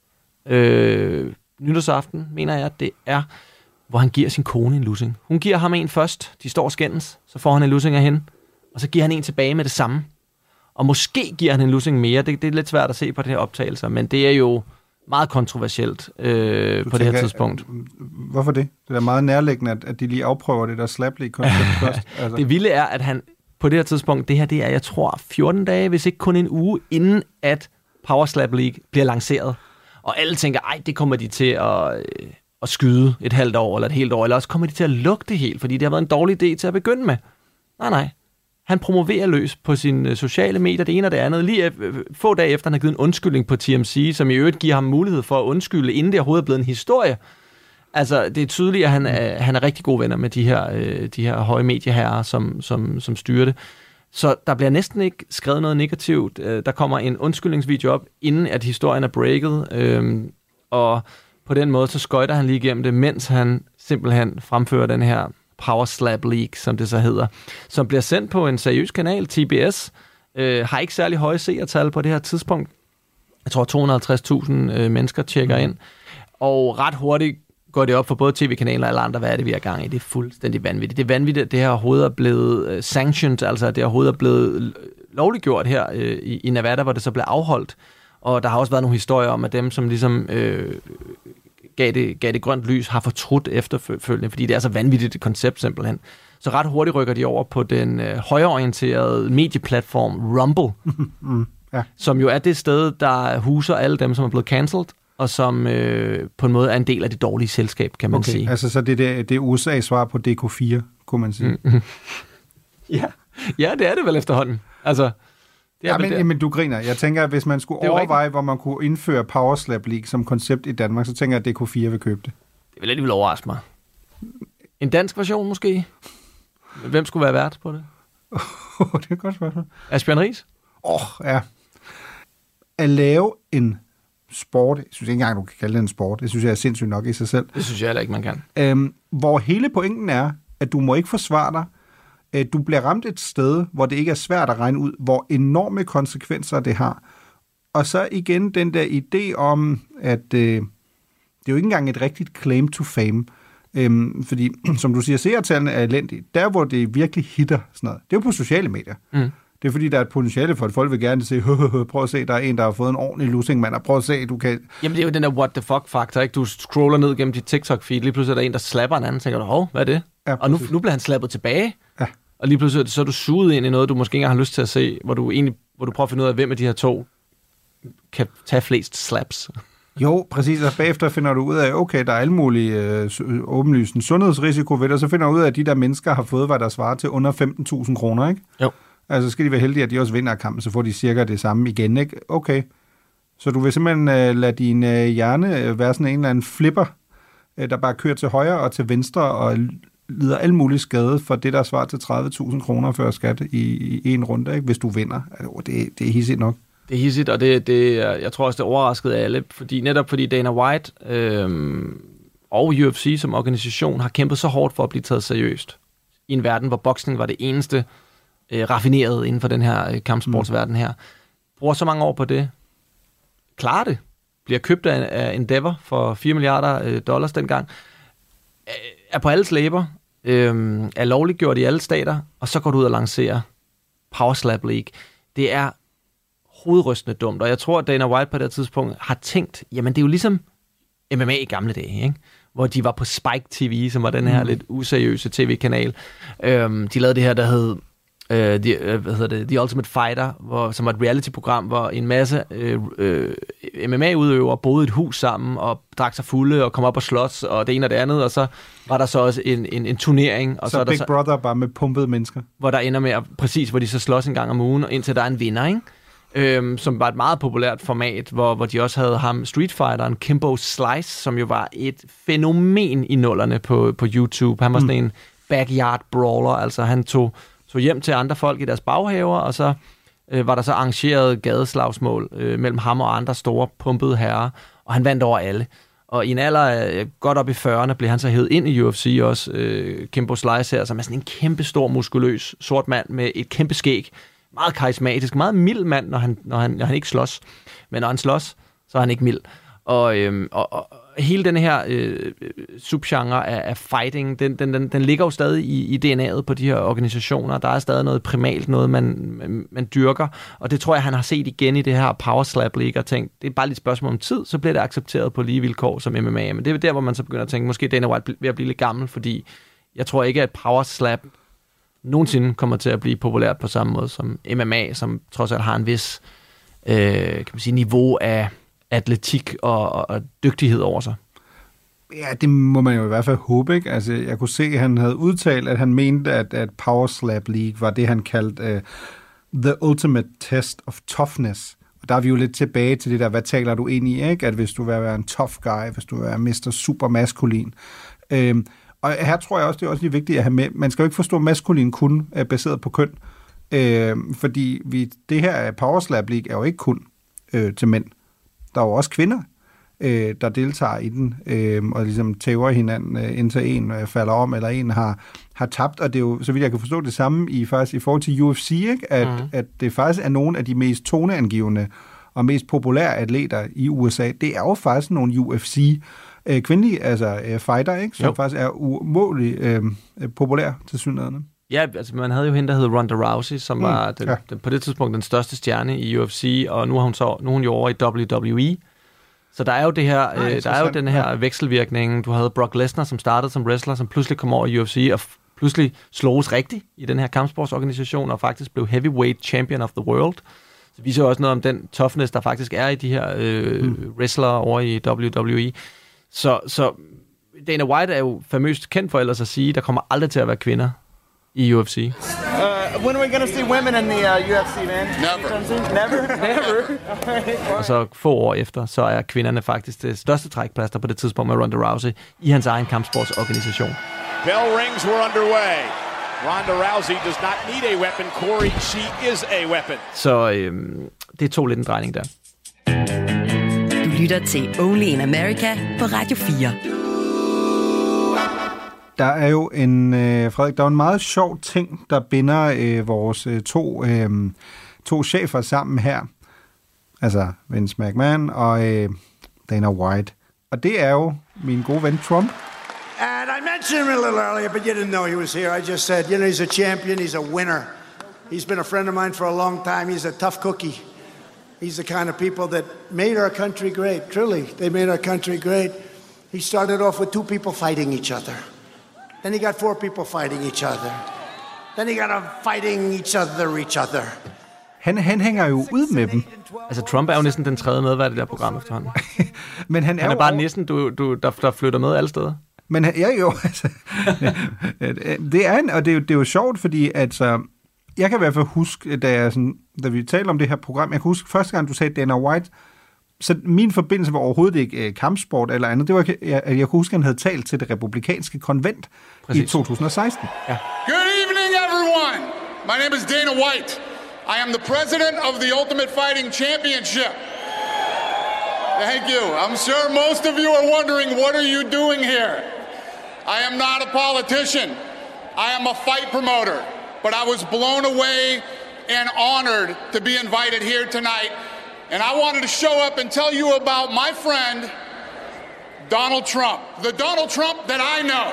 nytårsaften, mener jeg, det er, hvor han giver sin kone en lussing. Hun giver ham en først, de står og skændes, så får han en lussing af hende, og så giver han en tilbage med det samme. Og måske giver han en lussing mere, det er lidt svært at se på det her optagelser, men det er jo meget kontroversielt på det her tidspunkt. Hvorfor det? Det er meget nærliggende, at de lige afprøver det der slap league-koncept først. Altså. Det vilde er, at han på det her tidspunkt, det er, jeg tror, 14 dage, hvis ikke kun en uge, inden at Power Slap League bliver lanceret. Og alle tænker, det kommer de til at skyde et halvt år eller et helt år, eller også kommer de til at lukke det helt, fordi det har været en dårlig idé til at begynde med. Nej. Han promoverer løs på sine sociale medier, det ene og det andet. Lige få dage efter, han har givet en undskyldning på TMZ, som i øvrigt giver ham mulighed for at undskylde, inden det overhovedet er blevet en historie. Altså, det er tydeligt, at han er rigtig gode venner med de her høje medieherrer, som styrer det. Så der bliver næsten ikke skrevet noget negativt. Der kommer en undskyldningsvideo op, inden at historien er breaket. Og på den måde, så skøjter han lige igennem det, mens han simpelthen fremfører den her Power Slap League, som det så hedder, som bliver sendt på en seriøs kanal, TBS, har ikke særlig høje seertal på det her tidspunkt. Jeg tror 250.000 mennesker tjekker ind, og ret hurtigt går det op for både tv-kanaler og alle andre, hvad er det, vi er gang i. Det er fuldstændig vanvittigt. Det er vanvittigt, at det her overhovedet er blevet sanctioned, altså at det overhovedet er blevet lovliggjort her i Nevada, hvor det så blev afholdt. Og der har også været nogle historier om, at dem, som ligesom gav det grønt lys, har fortrudt efterfølgende, fordi det er så vanvittigt et koncept simpelthen. Så ret hurtigt rykker de over på den højreorienterede medieplatform Rumble, som jo er det sted, der huser alle dem, som er blevet cancelled, og som på en måde er en del af det dårlige selskab, kan man sige. Altså så det er USA's svar på DK4, kunne man sige. Ja, det er det vel efterhånden. Altså, men du griner. Jeg tænker, at hvis man skulle overveje, hvor man kunne indføre Power Slap League som koncept i Danmark, så tænker jeg, at DK4 vil købe det. Det vil alligevel overraske mig. En dansk version måske? Hvem skulle være vært på det? Det er et godt spørgsmål. Asbjørn Riis? Ja. At lave en sport, jeg synes ikke engang, du kan kalde det en sport, det synes jeg er sindssygt nok i sig selv. Det synes jeg heller ikke, man kan. Hvor hele pointen er, at du må ikke forsvare dig. Du bliver ramt et sted, hvor det ikke er svært at regne ud, hvor enorme konsekvenser det har. Og så igen den der idé om, at det er jo ikke engang et rigtigt claim to fame. Fordi, som du siger, seertallene er elendige. Der, hvor det virkelig hitter sådan noget, det er jo på sociale medier. Det er fordi, der er et potentiale for, at folk vil gerne se, prøv at se, der er en, der har fået en ordentlig lussing, mand, og prøv at se, du kan... Jamen, det er jo den der what the fuck-faktor, ikke? Du scroller ned gennem dit TikTok-feed, lige pludselig er der en, der slapper en anden, tænker du, hvad er det? Ja, og nu bliver han slappet tilbage, og lige pludselig så er du suget ind i noget, du måske ikke har lyst til at se, hvor du prøver at finde ud af, hvem af de her to kan tage flest slaps. Jo, præcis, og bagefter finder du ud af, okay, der er alle mulige åbenlysen sundhedsrisiko ved det, og så finder du ud af, at de der mennesker har fået, hvad der svarer til under 15.000 kroner, ikke? Jo. Altså, skal de være heldige, at de også vinder kampen, så får de cirka det samme igen, ikke? Okay. Så du vil simpelthen lade din hjerne være sådan en eller anden flipper, der bare kører til højre og til venstre, og lider alle mulige skade for det, der svarer til 30.000 kroner før skat i en runde, ikke? Hvis du vinder. Altså, det er hissigt nok. Det er hissigt, og jeg tror også, det overraskede alle, fordi Dana White og UFC som organisation har kæmpet så hårdt for at blive taget seriøst i en verden, hvor boksning var det eneste raffinerede inden for den her kampsportsverden her. Bruger så mange år på det. Klarer det. Bliver købt af Endeavor for $4 milliarder dengang. Er på alles læber. Er lovliggjort i alle stater. Og så går du ud og lancerer Power Slap League. Det er hovedrystende dumt. Og jeg tror, at Dana White på det tidspunkt har tænkt, jamen det er jo ligesom MMA i gamle dage, ikke? Hvor de var på Spike TV, som var den her lidt useriøse tv-kanal. De lavede det her, der hed The Ultimate Fighter, som var et reality-program, hvor en masse MMA-udøvere boede i et hus sammen og drak sig fulde og kom op og slås og det ene og det andet, og så var der så også en turnering. Og så er Big Brother bare med pumpede mennesker. Hvor der ender med, præcis, hvor de så slås en gang om ugen, indtil der er en vinder, ikke? Som var et meget populært format, hvor de også havde ham Street Fighteren Kimbo Slice, som jo var et fænomen i nullerne på YouTube. Han var sådan en backyard brawler, altså han tog hjem til andre folk i deres baghaver, og så var der så arrangeret gadeslagsmål mellem ham og andre store pumpede herrer, og han vandt over alle. Og i en alder godt op i 40'erne blev han så hævet ind i UFC også, Kimbo Slice her, som er sådan en kæmpe stor, muskuløs, sort mand med et kæmpe skæg. Meget karismatisk, meget mild mand, når han ikke slås. Men når han slås, så er han ikke mild. Og hele den her subgenre af fighting, den ligger jo stadig i DNA'et på de her organisationer. Der er stadig noget primalt, noget man dyrker. Og det tror jeg, han har set igen i det her Power Slap League og tænkt, det er bare lidt spørgsmål om tid, så bliver det accepteret på lige vilkår som MMA. Men det er der, hvor man så begynder at tænke, måske Dana White ved at blive lidt gammel, fordi jeg tror ikke, at Power Slap nogensinde kommer til at blive populært på samme måde som MMA, som trods alt har en vis kan man sige, niveau af atletik og dygtighed over sig. Ja, det må man jo i hvert fald håbe, ikke? Altså, jeg kunne se, at han havde udtalt, at han mente, at Power Slap League var det, han kaldte the ultimate test of toughness. Og der er vi jo lidt tilbage til det der, hvad taler du ind i, ikke? At hvis du vil være en tough guy, hvis du vil være Mr. Super Maskulin. Og her tror jeg også, det er også lige vigtigt at have med, man skal jo ikke forstå maskulin kun baseret på køn, fordi det her Power Slap League er jo ikke kun til mænd. Der er jo også kvinder, der deltager i den, og ligesom tæver hinanden, indtil en falder om, eller en har tabt, og det er jo, så vidt jeg kan forstå, det samme i forhold til UFC, ikke? At det faktisk er nogle af de mest toneangivende og mest populære atleter i USA. Det er jo faktisk nogle UFC kvindelige, altså fighter, ikke? Som faktisk er umådeligt populær til synligheden. Ja, altså man havde jo hende, der hed Ronda Rousey, som var på det tidspunkt den største stjerne i UFC, og nu er hun jo over i WWE. Så der er jo det her, der er jo den her vekselvirkning. Du havde Brock Lesnar, som startede som wrestler, som pludselig kom over i UFC og pludselig sloges rigtigt i den her kampsportsorganisation og faktisk blev heavyweight champion of the world. Så det viser jo også noget om den toughness, der faktisk er i de her wrestlere over i WWE. Så Dana White er jo famøst kendt for ellers at sige, at der kommer aldrig til at være kvinder i UFC. When are we going to see women in the UFC, man? Never? Og så få år efter, så er kvinderne faktisk det største trækplaster på det tidspunkt med Ronda Rousey i hans egen kampsportsorganisation. Bell rings were underway. Ronda Rousey does not need a weapon. Corey, she is a weapon. Så det tog lidt en drejning der. Du lytter til Only in America på Radio 4. Der er jo Frederik, der er en meget sjov ting, der binder vores to chefer sammen her. Altså Vince McMahon og Dana White. Og det er jo min gode ven Trump. And I mentioned him a little earlier, but you didn't know he was here. I just said, he's a champion, he's a winner. He's been a friend of mine for a long time. He's a tough cookie. He's the kind of people that made our country great. Truly, they made our country great. He started off with two people fighting each other. Then he got 4 people fighting each other. Then he got them fighting each other. Han hænger jo ud med dem. Altså, Trump er jo næsten den tredje medvært i det der program efterhånden. Men han er bare næsten, der flytter med alle steder. Men altså, det er og det er jo sjovt, fordi altså, jeg kan i hvert fald huske, da vi talte om det her program, jeg kan huske første gang, du sagde Dana White, så min forbindelse var overhovedet ikke kampsport eller andet. Det var, jeg kunne huske, han havde talt til det republikanske konvent i 2016. Ja. Good evening, everyone. My name is Dana White. I am the president of the Ultimate Fighting Championship. Thank you. I'm sure most of you are wondering, what are you doing here? I am not a politician. I am a fight promoter. But I was blown away and honored to be invited here tonight. And I wanted to show up and tell you about my friend, Donald Trump. The Donald Trump that I know.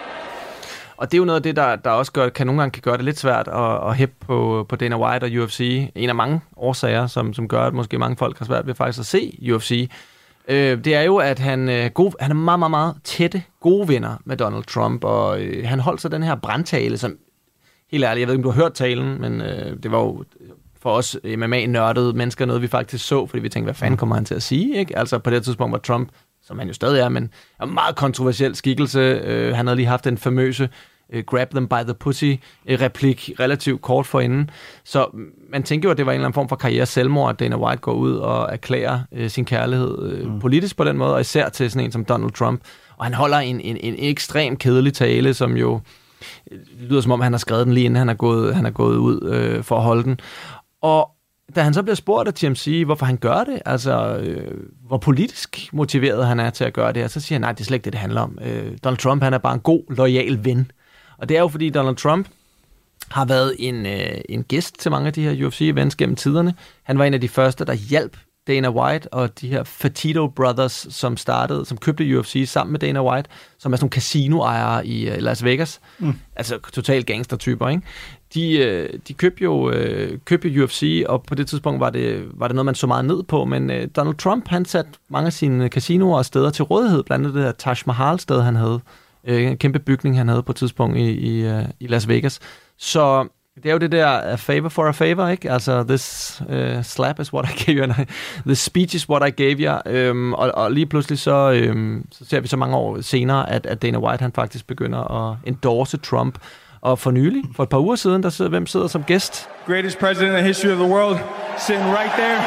Og det er jo noget af det, der også nogle gange kan gøre det lidt svært at hæppe på Dana White og UFC. En af mange årsager, som gør, at måske mange folk har svært ved faktisk at se UFC. Det er jo, at han er meget, meget, meget tætte, gode venner med Donald Trump, og han holdt så den her brandtale, som helt ærligt, jeg ved ikke, om du har hørt talen, men det var jo for os MMA-nørdede mennesker noget, vi faktisk så, fordi vi tænkte, hvad fanden kommer han til at sige, ikke? Altså på det tidspunkt var Trump, som han jo stadig er, men en meget kontroversiel skikkelse. Han havde lige haft den famøse grab them by the pussy-replik relativt kort forinden. Så man tænker jo, at det var en eller anden form for karriere-selvmord, at Dana White går ud og erklærer sin kærlighed politisk på den måde, og især til sådan en som Donald Trump. Og han holder en ekstrem kedelig tale, som jo lyder som om, han har skrevet den lige inden han er gået ud for at holde den. Og da han så bliver spurgt af TMZ, hvorfor han gør det, altså hvor politisk motiveret han er til at gøre det, så siger han, nej, det er slet ikke det handler om. Donald Trump, han er bare en god, loyal ven. Og det er jo fordi Donald Trump har været en gæst til mange af de her UFC-events gennem tiderne. Han var en af de første, der hjalp Dana White og de her Fertitta Brothers, som købte UFC sammen med Dana White, som er sådan nogle casinoejere i Las Vegas. Altså totalt gangstertyper, ikke? De købte UFC, og på det tidspunkt var det noget, man så meget ned på, men Donald Trump, han satte mange af sine casinoer og steder til rådighed, blandt andet det her Taj Mahal-sted, han havde. En kæmpe bygning, han havde på et tidspunkt i Las Vegas. Så det er jo det der a favor for a favor, ikke? Altså, this slap is what I gave you, and this speech is what I gave you. Og lige pludselig så ser vi så mange år senere, at Dana White, han faktisk begynder at endorse Trump. Og for nylig, for et par uger siden, hvem sidder som gæst? Greatest president in the history of the world, sitting right there.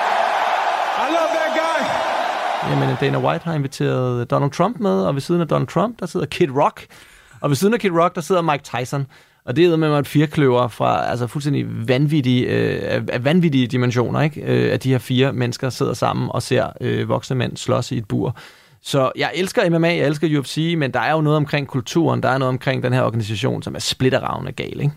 I love that guy. Jamen, Dana White har inviteret Donald Trump med, og ved siden af Donald Trump, der sidder Kid Rock. Og ved siden af Kid Rock, der sidder Mike Tyson. Og det er med mig et firkløver fra altså fuldstændig vanvittige dimensioner, ikke? At de her 4 mennesker sidder sammen og ser voksne mænd slås i et bur. Så jeg elsker MMA, jeg elsker UFC, men der er jo noget omkring kulturen, der er noget omkring den her organisation, som er splitterravne gal, ikke?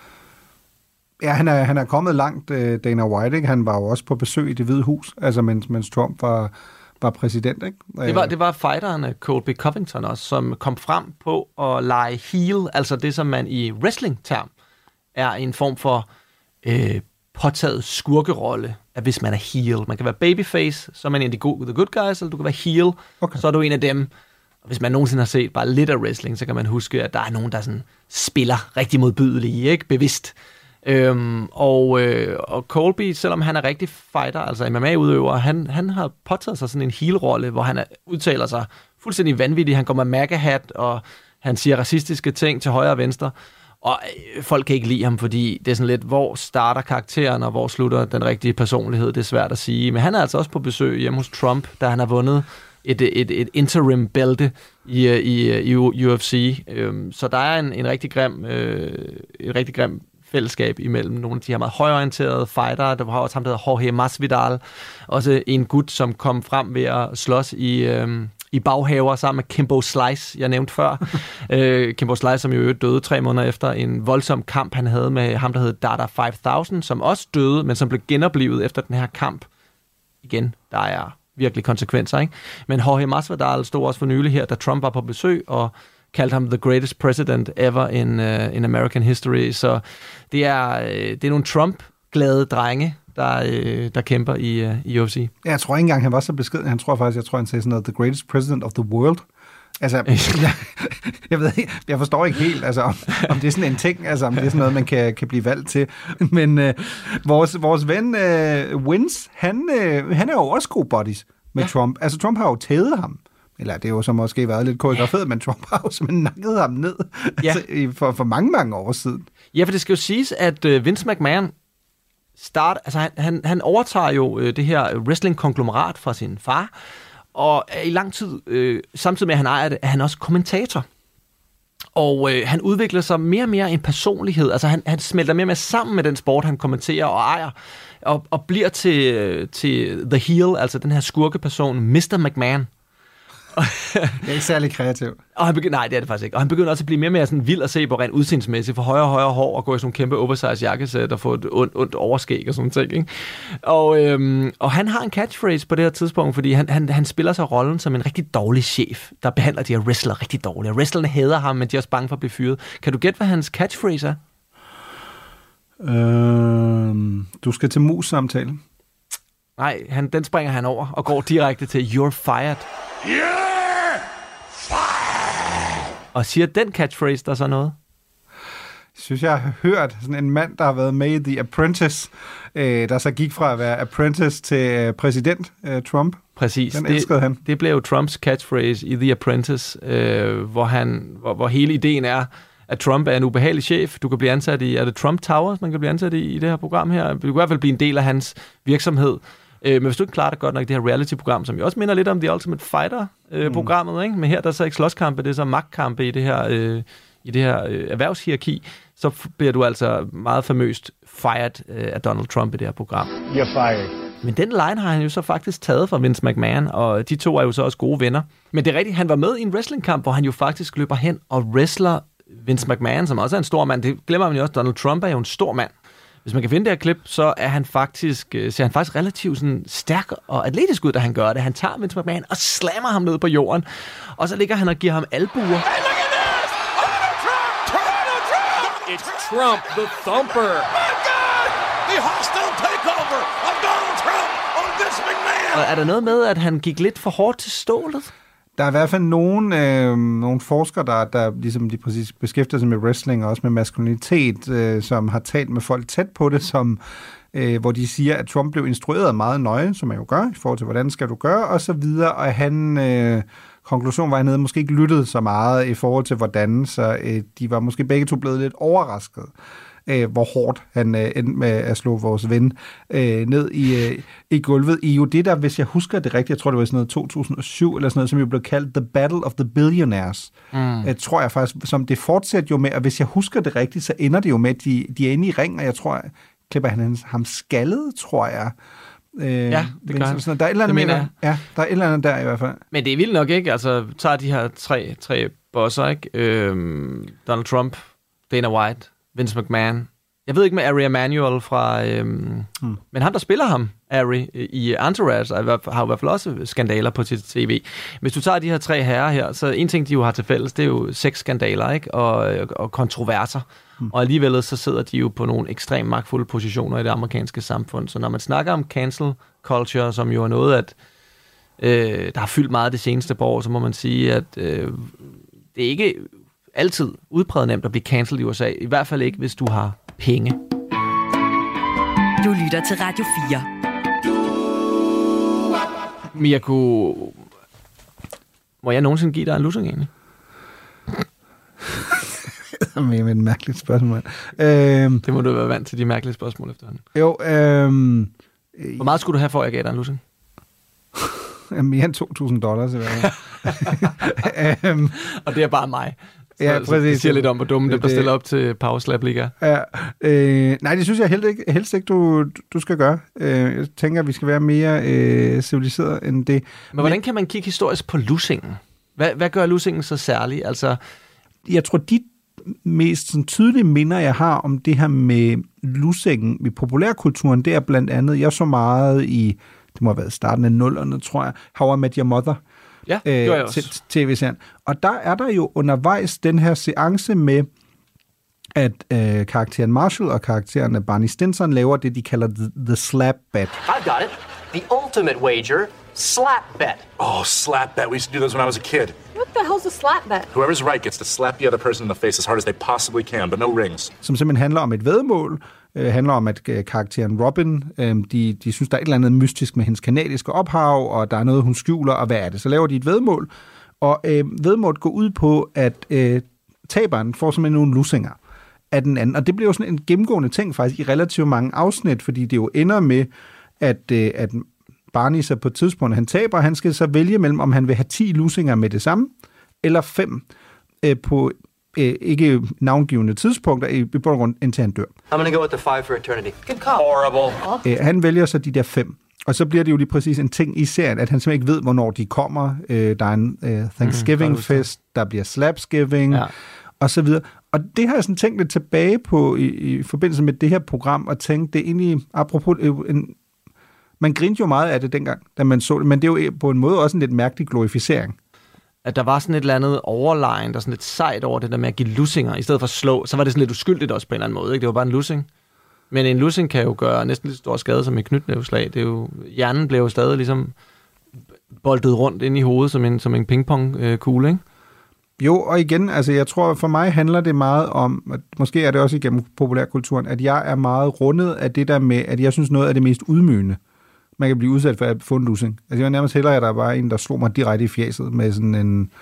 Ja, han er kommet langt, Dana White, ikke? Han var jo også på besøg i Det Hvide Hus, altså mens Trump var præsident, ikke? Det var fighteren Colby Covington også, som kom frem på at lege heel, altså det, som man i wrestling-term er en form for påtaget skurkerolle, at hvis man er heel. Man kan være babyface, så er man en af the good guys, eller du kan være heel, så er du en af dem. Og hvis man nogensinde har set bare lidt af wrestling, så kan man huske, at der er nogen, der sådan spiller rigtig modbydelige, ikke? Bevidst. Og Colby, selvom han er rigtig fighter, altså MMA-udøver, han har påtaget sig sådan en heel-rolle, hvor han udtaler sig fuldstændig vanvittigt. Han går med MAGA-hat, og han siger racistiske ting til højre og venstre. Og folk kan ikke lide ham, fordi det er sådan lidt, hvor starter karakteren, og hvor slutter den rigtige personlighed. Det er svært at sige. Men han er altså også på besøg hjemme hos Trump, da han har vundet et interim bælte i UFC. Så der er en rigtig grim fællesskab imellem nogle af de her meget højorienterede fightere. Der var også ham, der hedder Jorge Masvidal. Også en gut, som kom frem ved at slås i baghaver sammen med Kimbo Slice, jeg nævnte før. Kimbo Slice, som jo døde 3 måneder efter en voldsom kamp, han havde med ham, der hed Dada 5000, som også døde, men som blev genoplevet efter den her kamp. Igen, der er virkelig konsekvenser, ikke? Men Jorge Masvidal stod også for nylig her, da Trump var på besøg, og kaldte ham the greatest president ever in American history. Så det er nogle Trump-glade drenge, der kæmper i UFC. Jeg tror ikke engang, han var så beskeden. Jeg tror, han sagde sådan noget, the greatest president of the world. Altså, jeg ved ikke, jeg forstår ikke helt, altså, om det er sådan en ting, altså, om det er sådan noget, man kan blive valgt til. Men vores ven Vince, han er jo også god buddies med Trump. Altså, Trump har jo tædet ham. Eller det er jo så måske været lidt koreograferet, men Trump har jo simpelthen nakket ham ned altså, for mange år siden. Ja, for det skal jo siges, at Vince McMahon han overtager jo det her wrestling-konglomerat fra sin far, og i lang tid, samtidig med at han ejer det, er han også kommentator. Og han udvikler sig mere og mere en personlighed. Altså han smelter mere og mere sammen med den sport, han kommenterer og ejer, og bliver til The Heel, altså den her skurkeperson, Mr. McMahon. Det er ikke særlig kreativ. Nej, det er det faktisk ikke. Og han begynder også at blive mere og mere sådan vild at se på rent udseendsmæssigt, for højere og højere hår, og gå i sådan nogle kæmpe oversize jakkesæt og få et ondt overskæg og sådan ting. Ikke? Og han har en catchphrase på det her tidspunkt, fordi han spiller sig rollen som en rigtig dårlig chef, der behandler de her wrestler rigtig dårligt. Og wrestlerne hader ham, men de er også bange for at blive fyret. Kan du gætte, hvad hans catchphrase er? Du skal til mus-samtalen. Nej, den springer han over og går direkte til You're fired. You're fired! Og siger den catchphrase der så noget? Jeg synes, jeg har hørt sådan en mand, der har været med i The Apprentice, der så gik fra at være apprentice til præsident Trump. Præcis. Den elskede han. Det blev jo Trumps catchphrase i The Apprentice, hvor hele ideen er, at Trump er en ubehagelig chef. Du kan blive ansat i, er det Trump Towers, man kan blive ansat i det her program her? Du kan i hvert fald blive en del af hans virksomhed. Men hvis du ikke klarer det godt nok, det her reality-program, som jo også minder lidt om The Ultimate Fighter-programmet, ikke? Men her der er så ikke slåskampe, det er så magtkampe i det her erhvervshierarki, så bliver du altså meget famøst fired af Donald Trump i det her program. You're fired. Men den line har han jo så faktisk taget fra Vince McMahon, og de to er jo så også gode venner. Men det er rigtigt, han var med i en wrestlingkamp, hvor han jo faktisk løber hen og wrestler Vince McMahon, som også er en stor mand. Det glemmer man jo også, Donald Trump er jo en stor mand. Hvis man kan finde det her klip, så er han faktisk, ser han faktisk relativt sådan stærk og atletisk ud, da han gør det. Han tager Vince McMahon og slammer ham ned på jorden, og så ligger han og giver ham albuer. Hey, look at this! Donald Trump! It's Trump, the thumper! My God! The hostile takeover of Donald Trump on Vince McMahon! Og er der noget med, at han gik lidt for hårdt til stålet? Der er i hvert fald nogle forskere, der ligesom de præcis beskæftiger sig med wrestling og også med maskulinitet, som har talt med folk tæt på det, hvor de siger, at Trump blev instrueret meget nøje, som man jo gør, i forhold til, hvordan skal du gøre, og så videre, og konklusionen var, at han havde måske ikke lyttet så meget i forhold til, hvordan, så de var måske begge to blevet lidt overrasket, hvor hårdt han endte med at slå vores ven ned i gulvet. I jo det der, hvis jeg husker det rigtigt, jeg tror det var sådan noget 2007 eller sådan noget, som jo blev kaldt The Battle of the Billionaires. Tror jeg faktisk, som det fortsætter jo med, og hvis jeg husker det rigtigt, så ender det jo med, at de er inde i ring, og jeg tror, klipper han ham skaldet, tror jeg. Ja, det gør han. Der er et eller andet med, der er et eller andet der i hvert fald. Men det er vildt nok ikke, altså tager de her tre bosser, ikke? Donald Trump, Dana White, Vince McMahon. Jeg ved ikke med Ari Emanuel fra... Men ham, der spiller ham, Ari, i Entourage, har i hvert fald også skandaler på sit tv. Hvis du tager de her tre herrer her, så en ting, de jo har til fælles, det er jo sexskandaler, ikke? Og kontroverser. Og alligevel så sidder de jo på nogle ekstremt magtfulde positioner i det amerikanske samfund. Så når man snakker om cancel culture, som jo er noget, at der har fyldt meget det seneste par år, så må man sige, at det er ikke altid udpræget nemt at blive cancelled i USA. I hvert fald ikke, hvis du har penge. Du lytter til Radio 4. Mirko, må jeg nogensinde give dig en lussing egentlig? Det er et mærkeligt spørgsmål. Det må du være vant til, de mærkelige spørgsmål efterhånden. Jo. Hvor meget skulle du have for, at jeg gav dig en lussing? Mere end $2,000 i hvert fald. Og det er bare mig. Ja, så det siger lidt om, hvor dumme dem, der stiller op til Power Slap Liga. Ja, nej, det synes jeg helst ikke, du skal gøre. Jeg tænker, at vi skal være mere civiliseret end det. Men hvordan kan man kigge historisk på lussingen? Hvad gør lussingen så særlig? Altså, jeg tror, de mest sådan, tydelige minder, jeg har om det her med lussingen i populærkulturen, det er blandt andet, jeg så meget i, det må have været starten af 0'erne, tror jeg, How I Met Your Mother. Ja, det gør jeg også. TV-serien. Og der er der jo undervejs den her seance med, at karakteren Marshall og karakteren Barney Stinson laver det, de kalder the slap bet. I've got it. The ultimate wager Slap bet. Oh, slap bet. We used to do those when I was a kid. What the hell's a slap bet? Whoever's right gets to slap the other person in the face as hard as they possibly can, but no rings. Som simpelthen handler om et væddemål, handler om, at karakteren Robin, de synes, der er et eller andet mystisk med hendes kanadiske ophav, og der er noget, hun skjuler, og hvad er det? Så laver de et væddemål, og væddemålet går ud på, at taberen får simpelthen nogle lussinger af den anden. Og det bliver jo sådan en gennemgående ting faktisk i relativt mange afsnit, fordi det jo ender med, at Barney så på et tidspunkt, han taber, han skal så vælge mellem, om han vil have 10 lussinger med det samme, eller 5 på ikke navngivende tidspunkter i bund og grund, indtil han dør. I'm gonna go with the 5 for eternity. Good call. Horrible. Han vælger så de der 5. Og så bliver det jo lige præcis en ting i serien, at han simpelthen ikke ved, hvornår de kommer. Der er en Thanksgiving-fest, der bliver Slapsgiving, og så videre. Og det har jeg sådan tænkt lidt tilbage på i forbindelse med det her program, og tænkt, det er egentlig, apropos, man grinte jo meget af det dengang, da man så det, men det er jo på en måde også en lidt mærkelig glorificering. At der var sådan et eller andet overline, der sådan lidt sejt over det der med at give lussinger, i stedet for at slå, så var det sådan lidt uskyldigt også på en eller anden måde, ikke? Det var bare en lussing. Men en lussing kan jo gøre næsten lige så stor skade som et knytnæveslag. Det er jo, hjernen blev jo stadig ligesom boltet rundt ind i hovedet som en pingpong-kugle, ikke? Jo, og igen, altså jeg tror, for mig handler det meget om, at måske er det også igennem populærkulturen, at jeg er meget rundet af det der med, at jeg synes noget af det mest ydmygende, man kan blive udsat for at få en lussing. Altså jeg var nærmest hellere, at der var en, der slog mig direkte i fjeset med sådan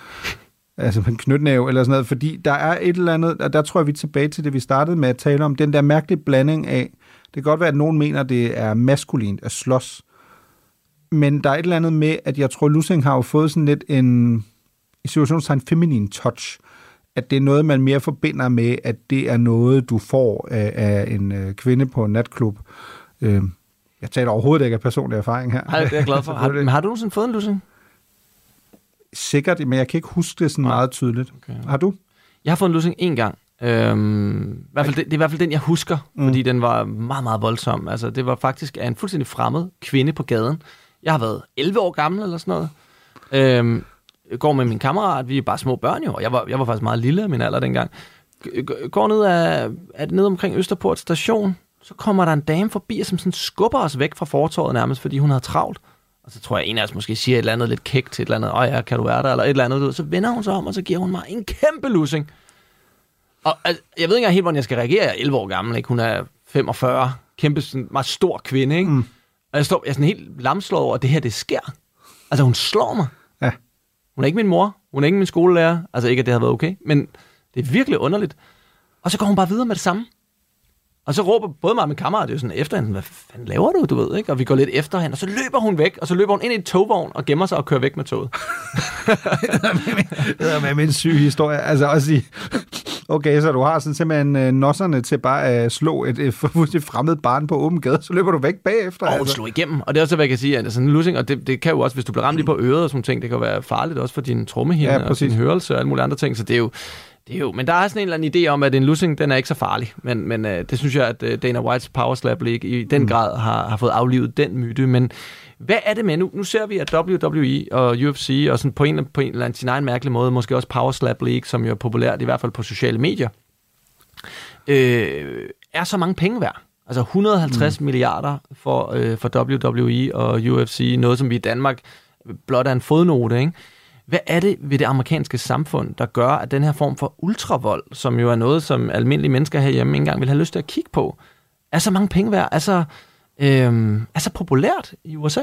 en knytnæve eller sådan noget, fordi der er et eller andet, og der tror jeg, vi er tilbage til det, vi startede med at tale om, den der mærkelige blanding af, det kan godt være, at nogen mener, det er maskulint at slås, men der er et eller andet med, at jeg tror, lussing har jo fået sådan lidt en i situationstegn feminin touch, at det er noget, man mere forbinder med, at det er noget, du får af en kvinde på en natklub. Jeg taler overhovedet ikke af personlig erfaring her. Nej, det er jeg glad for. Har du nogensinde fået en lussing? Sikkert, men jeg kan ikke huske det sådan meget tydeligt. Okay. Har du? Jeg har fået en lussing en gang. Det er i hvert fald den, jeg husker, fordi den var meget, meget voldsom. Altså, det var faktisk af en fuldstændig fremmed kvinde på gaden. Jeg har været 11 år gammel eller sådan noget. Går med min kammerat, vi er bare små børn jo, og jeg var faktisk meget lille af min alder dengang. Går ned omkring Østerport station, så kommer der en dame forbi, som sådan skubber os væk fra fortovet nærmest, fordi hun havde travlt. Og så tror jeg, en af os måske siger et eller andet lidt kægt til et eller andet, ja, kan du være der, eller et eller andet. Så vender hun sig om, og så giver hun mig en kæmpe lussing. Og altså, jeg ved ikke engang helt, hvordan jeg skal reagere. Jeg er 11 år gammel, ikke? Hun er 45, kæmpe, sådan, meget stor kvinde, ikke? Og jeg er sådan helt lamslået over, at det her, det sker. Altså, hun slår mig. Ja. Hun er ikke min mor, hun er ikke min skolelærer. Altså ikke, at det havde været okay, men det er virkelig underligt. Og så går hun bare videre med det samme. Og så råber både mig og min kammerat, det er jo sådan efter hende, hvad fanden laver du ved, ikke? Og vi går lidt efter hende, og så løber hun væk, og så løber hun ind i et togvogn og gemmer sig og kører væk med toget. Det er med en syg historie. Altså også i, okay, så du har sådan simpelthen nosserne til bare at slå et fremmed barn på åben gade, så løber du væk bagefter. Og hun slår igennem, og det er også, hvad jeg kan sige, at sådan en lussing, og det kan jo også, hvis du bliver ramt lige på øret og sådan ting, det kan være farligt også for din trommehinde og din hørelse og alle mulige andre ting, så det er jo, men der er sådan en eller anden idé om, at en lussing, den er ikke så farlig. Men det synes jeg, at Dana Whites Power Slap League i den grad har fået aflivet den myte. Men hvad er det med? Nu ser vi, at WWE og UFC, og sådan på en eller anden sin egen mærkelig måde, måske også Power Slap League, som jo er populært, i hvert fald på sociale medier, er så mange penge værd. Altså 150 milliarder for WWE og UFC, noget som vi i Danmark blot er en fodnote, ikke? Hvad er det ved det amerikanske samfund, der gør, at den her form for ultravold, som jo er noget, som almindelige mennesker herhjemme ikke engang vil have lyst til at kigge på, er så mange penge værd, er så populært i USA?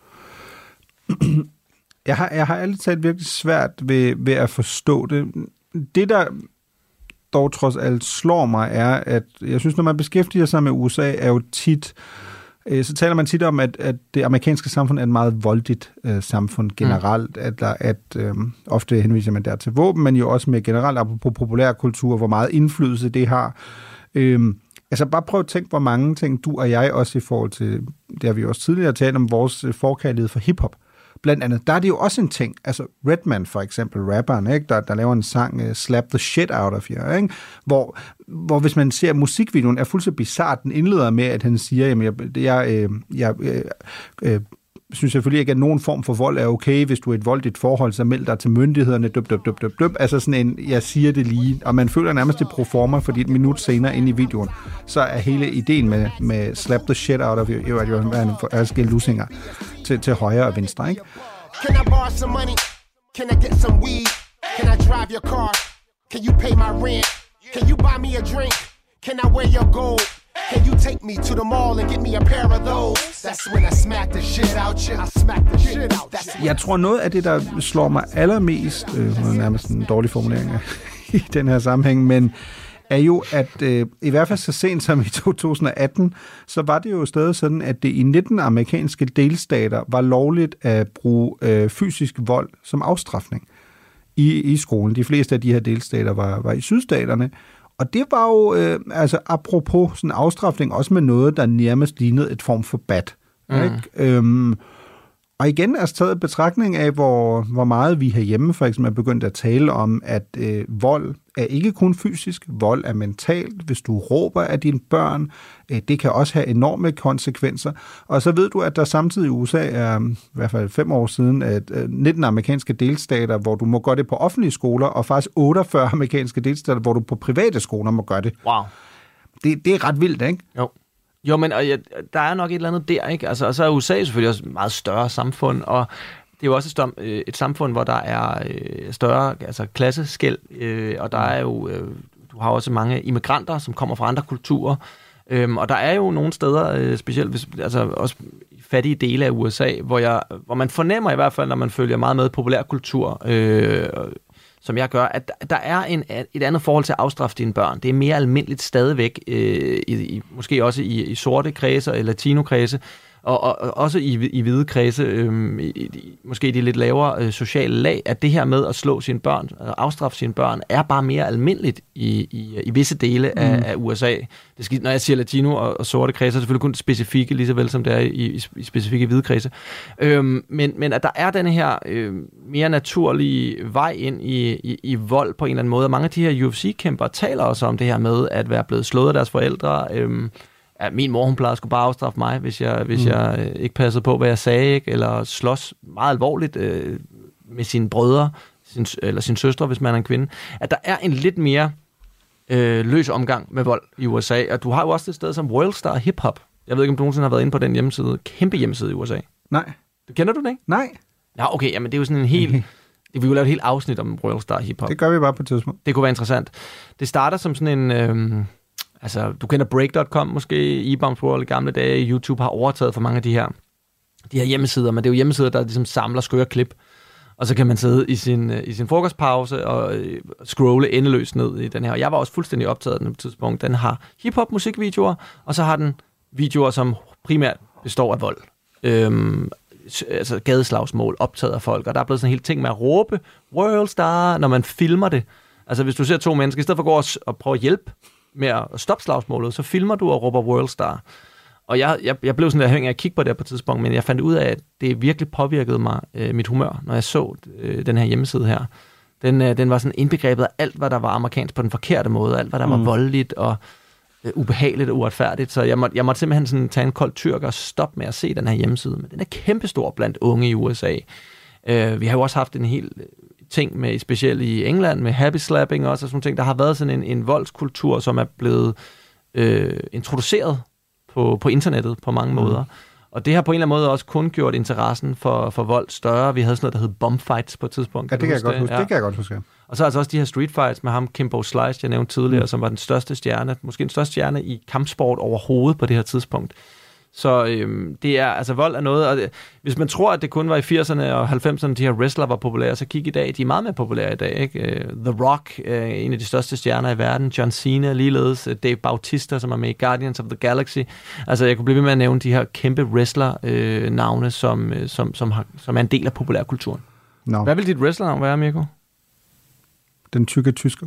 Jeg har ærligt talt virkelig svært ved at forstå det. Det, der dog trods alt slår mig, er, at jeg synes, når man beskæftiger sig med USA, er jo tit... Så taler man tit om, at det amerikanske samfund er et meget voldeligt samfund generelt, at ofte henviser man der til våben, men jo også mere generelt på populærkultur, hvor meget indflydelse det har. Altså bare prøv at tænke, hvor mange ting du og jeg også i forhold til, det har vi også tidligere talt om, vores forkærlighed for hiphop. Blandt andet, der er det jo også en ting, altså Redman for eksempel, rapperen, ikke? Der laver en sang, Slap the Shit Out of You, ikke? Hvor hvis man ser musikvideoen, er fuldstændig bizarrt. Den indleder med, at han siger, jamen, synes selvfølgelig ikke, at nogen form for vold er okay. Hvis du er et voldeligt forhold, så meld dig til myndighederne. Altså sådan en, jeg siger det lige. Og man føler nærmest det proforma, fordi et minut senere inde i videoen, så er hele ideen med slap the shit out of you, at man får skille lusinger til højre og venstre, ikke? Can I borrow some money? Can I get some weed? Can I drive your car? Can you pay my rent? Can you buy me a drink? Can I wear your gold? Can you take me to the mall and get me a pair of those? That's when I smack the shit out you. I smack the shit out. Jeg tror noget af det, der slår mig allermest, nærmest en dårlig formulering i den her sammenhæng, men er jo, at i hvert fald så sent som i 2018, så var det jo stadig sådan, at det i 19 amerikanske delstater var lovligt at bruge fysisk vold som afstrafning i skolen. De fleste af de her delstater var i sydstaterne, og det var jo, altså apropos sådan afstrafning, også med noget, der nærmest lignede et form for bat. Ikke? Og igen er taget betragtning af, hvor meget vi herhjemme for eksempel er begyndt at tale om, at vold er ikke kun fysisk, vold er mentalt. Hvis du råber af dine børn, det kan også have enorme konsekvenser. Og så ved du, at der samtidig i USA er i hvert fald 5 år siden, at 19 amerikanske delstater, hvor du må gøre det på offentlige skoler, og faktisk 48 amerikanske delstater, hvor du på private skoler må gøre det. Wow. Det er ret vildt, ikke? Jo, men der er nok et eller andet der, ikke? Altså, og så er USA selvfølgelig også et meget større samfund, og det er jo også et samfund, hvor der er større klasseskel, og der er jo, du har også mange immigranter, som kommer fra andre kulturer, og der er jo nogle steder, specielt også i fattige dele af USA, hvor man fornemmer i hvert fald, når man følger meget med populærkultur, som jeg gør, at der er et andet forhold til at afstraffe dine børn. Det er mere almindeligt stadigvæk, måske også i sorte kredse eller latinokredse, og også i hvide kredse, måske i de lidt lavere sociale lag, at det her med at slå sine børn, afstraffe sine børn, er bare mere almindeligt i visse dele af USA. Når jeg siger latino og sorte kredse, er det selvfølgelig kun specifikke, lige så vel som det er i specifikke hvide kredse. Men at der er denne her mere naturlige vej ind i vold på en eller anden måde, og mange af de her UFC-kæmpere taler også om det her med at være blevet slået af deres forældre. Min mor, hun plejede at skulle bare afstraffe mig, hvis jeg ikke passede på, hvad jeg sagde, ikke? Eller slås meget alvorligt med sine brødre, eller sin søstre, hvis man er en kvinde. At der er en lidt mere løs omgang med vold i USA, og du har jo også et sted som Worldstar Hip Hop. Jeg ved ikke, om du nogensinde har været inde på den hjemmeside. Kæmpe hjemmeside i USA. Nej. Kender du den, ikke? Nej. Ja, okay, jamen det er jo sådan en helt... Vi vil jo lave et helt afsnit om Worldstar Hip Hop. Det gør vi bare på et tidspunkt. Det kunne være interessant. Det starter som sådan en... du kender Break.com måske, eBaum's World i gamle dage. YouTube har overtaget for mange af de her hjemmesider, men det er jo hjemmesider, der ligesom samler skøre klip. Og så kan man sidde i sin frokostpause og scrolle endeløst ned i den her. Og jeg var også fuldstændig optaget af den på et tidspunkt. Den har hip-hop musikvideoer, og så har den videoer, som primært består af vold. Gadeslagsmål, optaget af folk. Og der er blevet sådan en hel ting med at råbe Worldstar, når man filmer det. Altså hvis du ser 2 mennesker, i stedet for at gå og prøve at hjælpe med at stoppe slagsmålet, så filmer du og råber Worldstar. Og jeg blev sådan der afhængig af at kigge på det på et tidspunkt, men jeg fandt ud af, at det virkelig påvirkede mig, mit humør, når jeg så den her hjemmeside her. Den var sådan indbegrebet af alt, hvad der var amerikansk på den forkerte måde, alt, hvad der var voldeligt og ubehageligt og uretfærdigt. Så jeg måtte simpelthen sådan tage en kold tyrk og stoppe med at se den her hjemmeside. Men den er kæmpestor blandt unge i USA. Vi har jo også haft en hel ting med, specielt i England, med happy slapping også, og sådan ting. Der har været sådan en voldskultur, som er blevet introduceret på internettet på mange måder. Og det har på en eller anden måde også kun gjort interessen for vold større. Vi havde sådan noget, der hed bomb-fights på et tidspunkt. Ja, det kan jeg godt huske. Ja. Det kan jeg godt huske. Og så altså også de her street fights med ham, Kimbo Slice, jeg nævnte tidligere, som var den største stjerne, måske den største stjerne i kampsport overhovedet på det her tidspunkt. Så det er, altså vold er noget, og hvis man tror, at det kun var i 80'erne og 90'erne, de her wrestler var populære, så kig i dag, de er meget mere populære i dag, ikke? The Rock, en af de største stjerner i verden, John Cena ligeledes, Dave Bautista, som er med i Guardians of the Galaxy. Altså jeg kunne blive ved med at nævne de her kæmpe wrestler-navne, som er en del af populærkulturen. No. Hvad vil dit wrestlernavn være, Mirko? Den tykke tysker.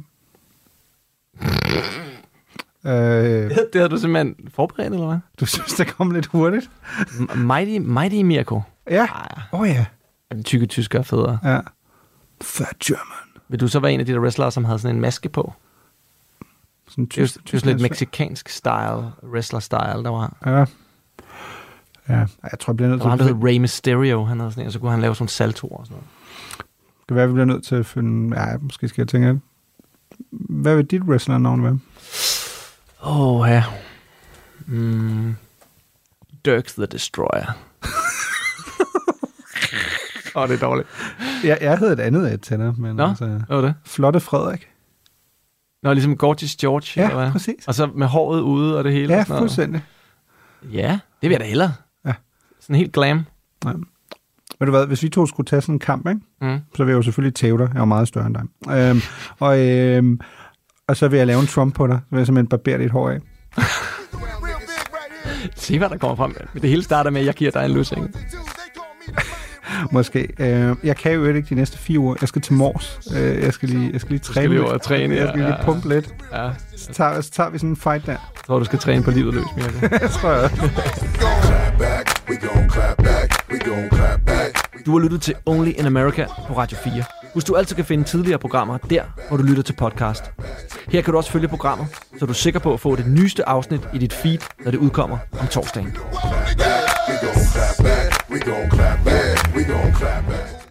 Det havde du simpelthen forberedt, eller hvad? Du synes, det kom lidt hurtigt? Mighty Mirko. Ja. Ja. Den tykke tysker er federe. Ja. Fat German. Vil du så være en af de der wrestlere, som havde sådan en maske på? Sådan det er lidt mexicansk style, wrestler-style, der var. Ja. Ja, jeg tror, jeg bliver nødt til... Han hed Rey Mysterio, han havde sådan en, og så kunne han lave sådan saltoer og sådan noget. Det kan være, vi bliver nødt til at finde... Ja, måske skal jeg tænke af. Hvad vil dit wrestler-navn være? Ja. Dirk the Destroyer. Det er dårligt. Jeg havde et andet til dig, men hvad var det? Flotte Frederik. Ligesom Gorgeous George. Ja, eller hvad? præcis. Og så med håret ude og det hele. Ja, og sådan fuldstændig. Ja, det vil jeg da hellere. Ja. Sådan helt glam. Ja. Ved du hvad, hvis vi to skulle tage sådan en kamp, ikke? Så vil jeg jo selvfølgelig tæve dig. Jeg er jo meget større end dig. Og så vil jeg lave en Trump på dig. Så vil jeg simpelthen barbere dit hår af. Se, hvad der kommer frem. Det hele starter med, at jeg giver dig en lussing. Måske. Jeg kan jo ikke de næste 4 uger. Jeg skal til Mors. Jeg skal lige træne lidt. Jeg skal lige pumpe lidt. Ja. Så tager vi sådan en fight der. Jeg tror, du skal træne på livet løs, Mirko. Jeg tror jeg. Du har lyttet til Only in America på Radio 4. Husk, du altid kan finde tidligere programmer der, hvor du lytter til podcast. Her kan du også følge programmet, så du er sikker på at få det nyeste afsnit i dit feed, når det udkommer om torsdagen. We gon' clap back, we gon' clap back, we gon' clap back.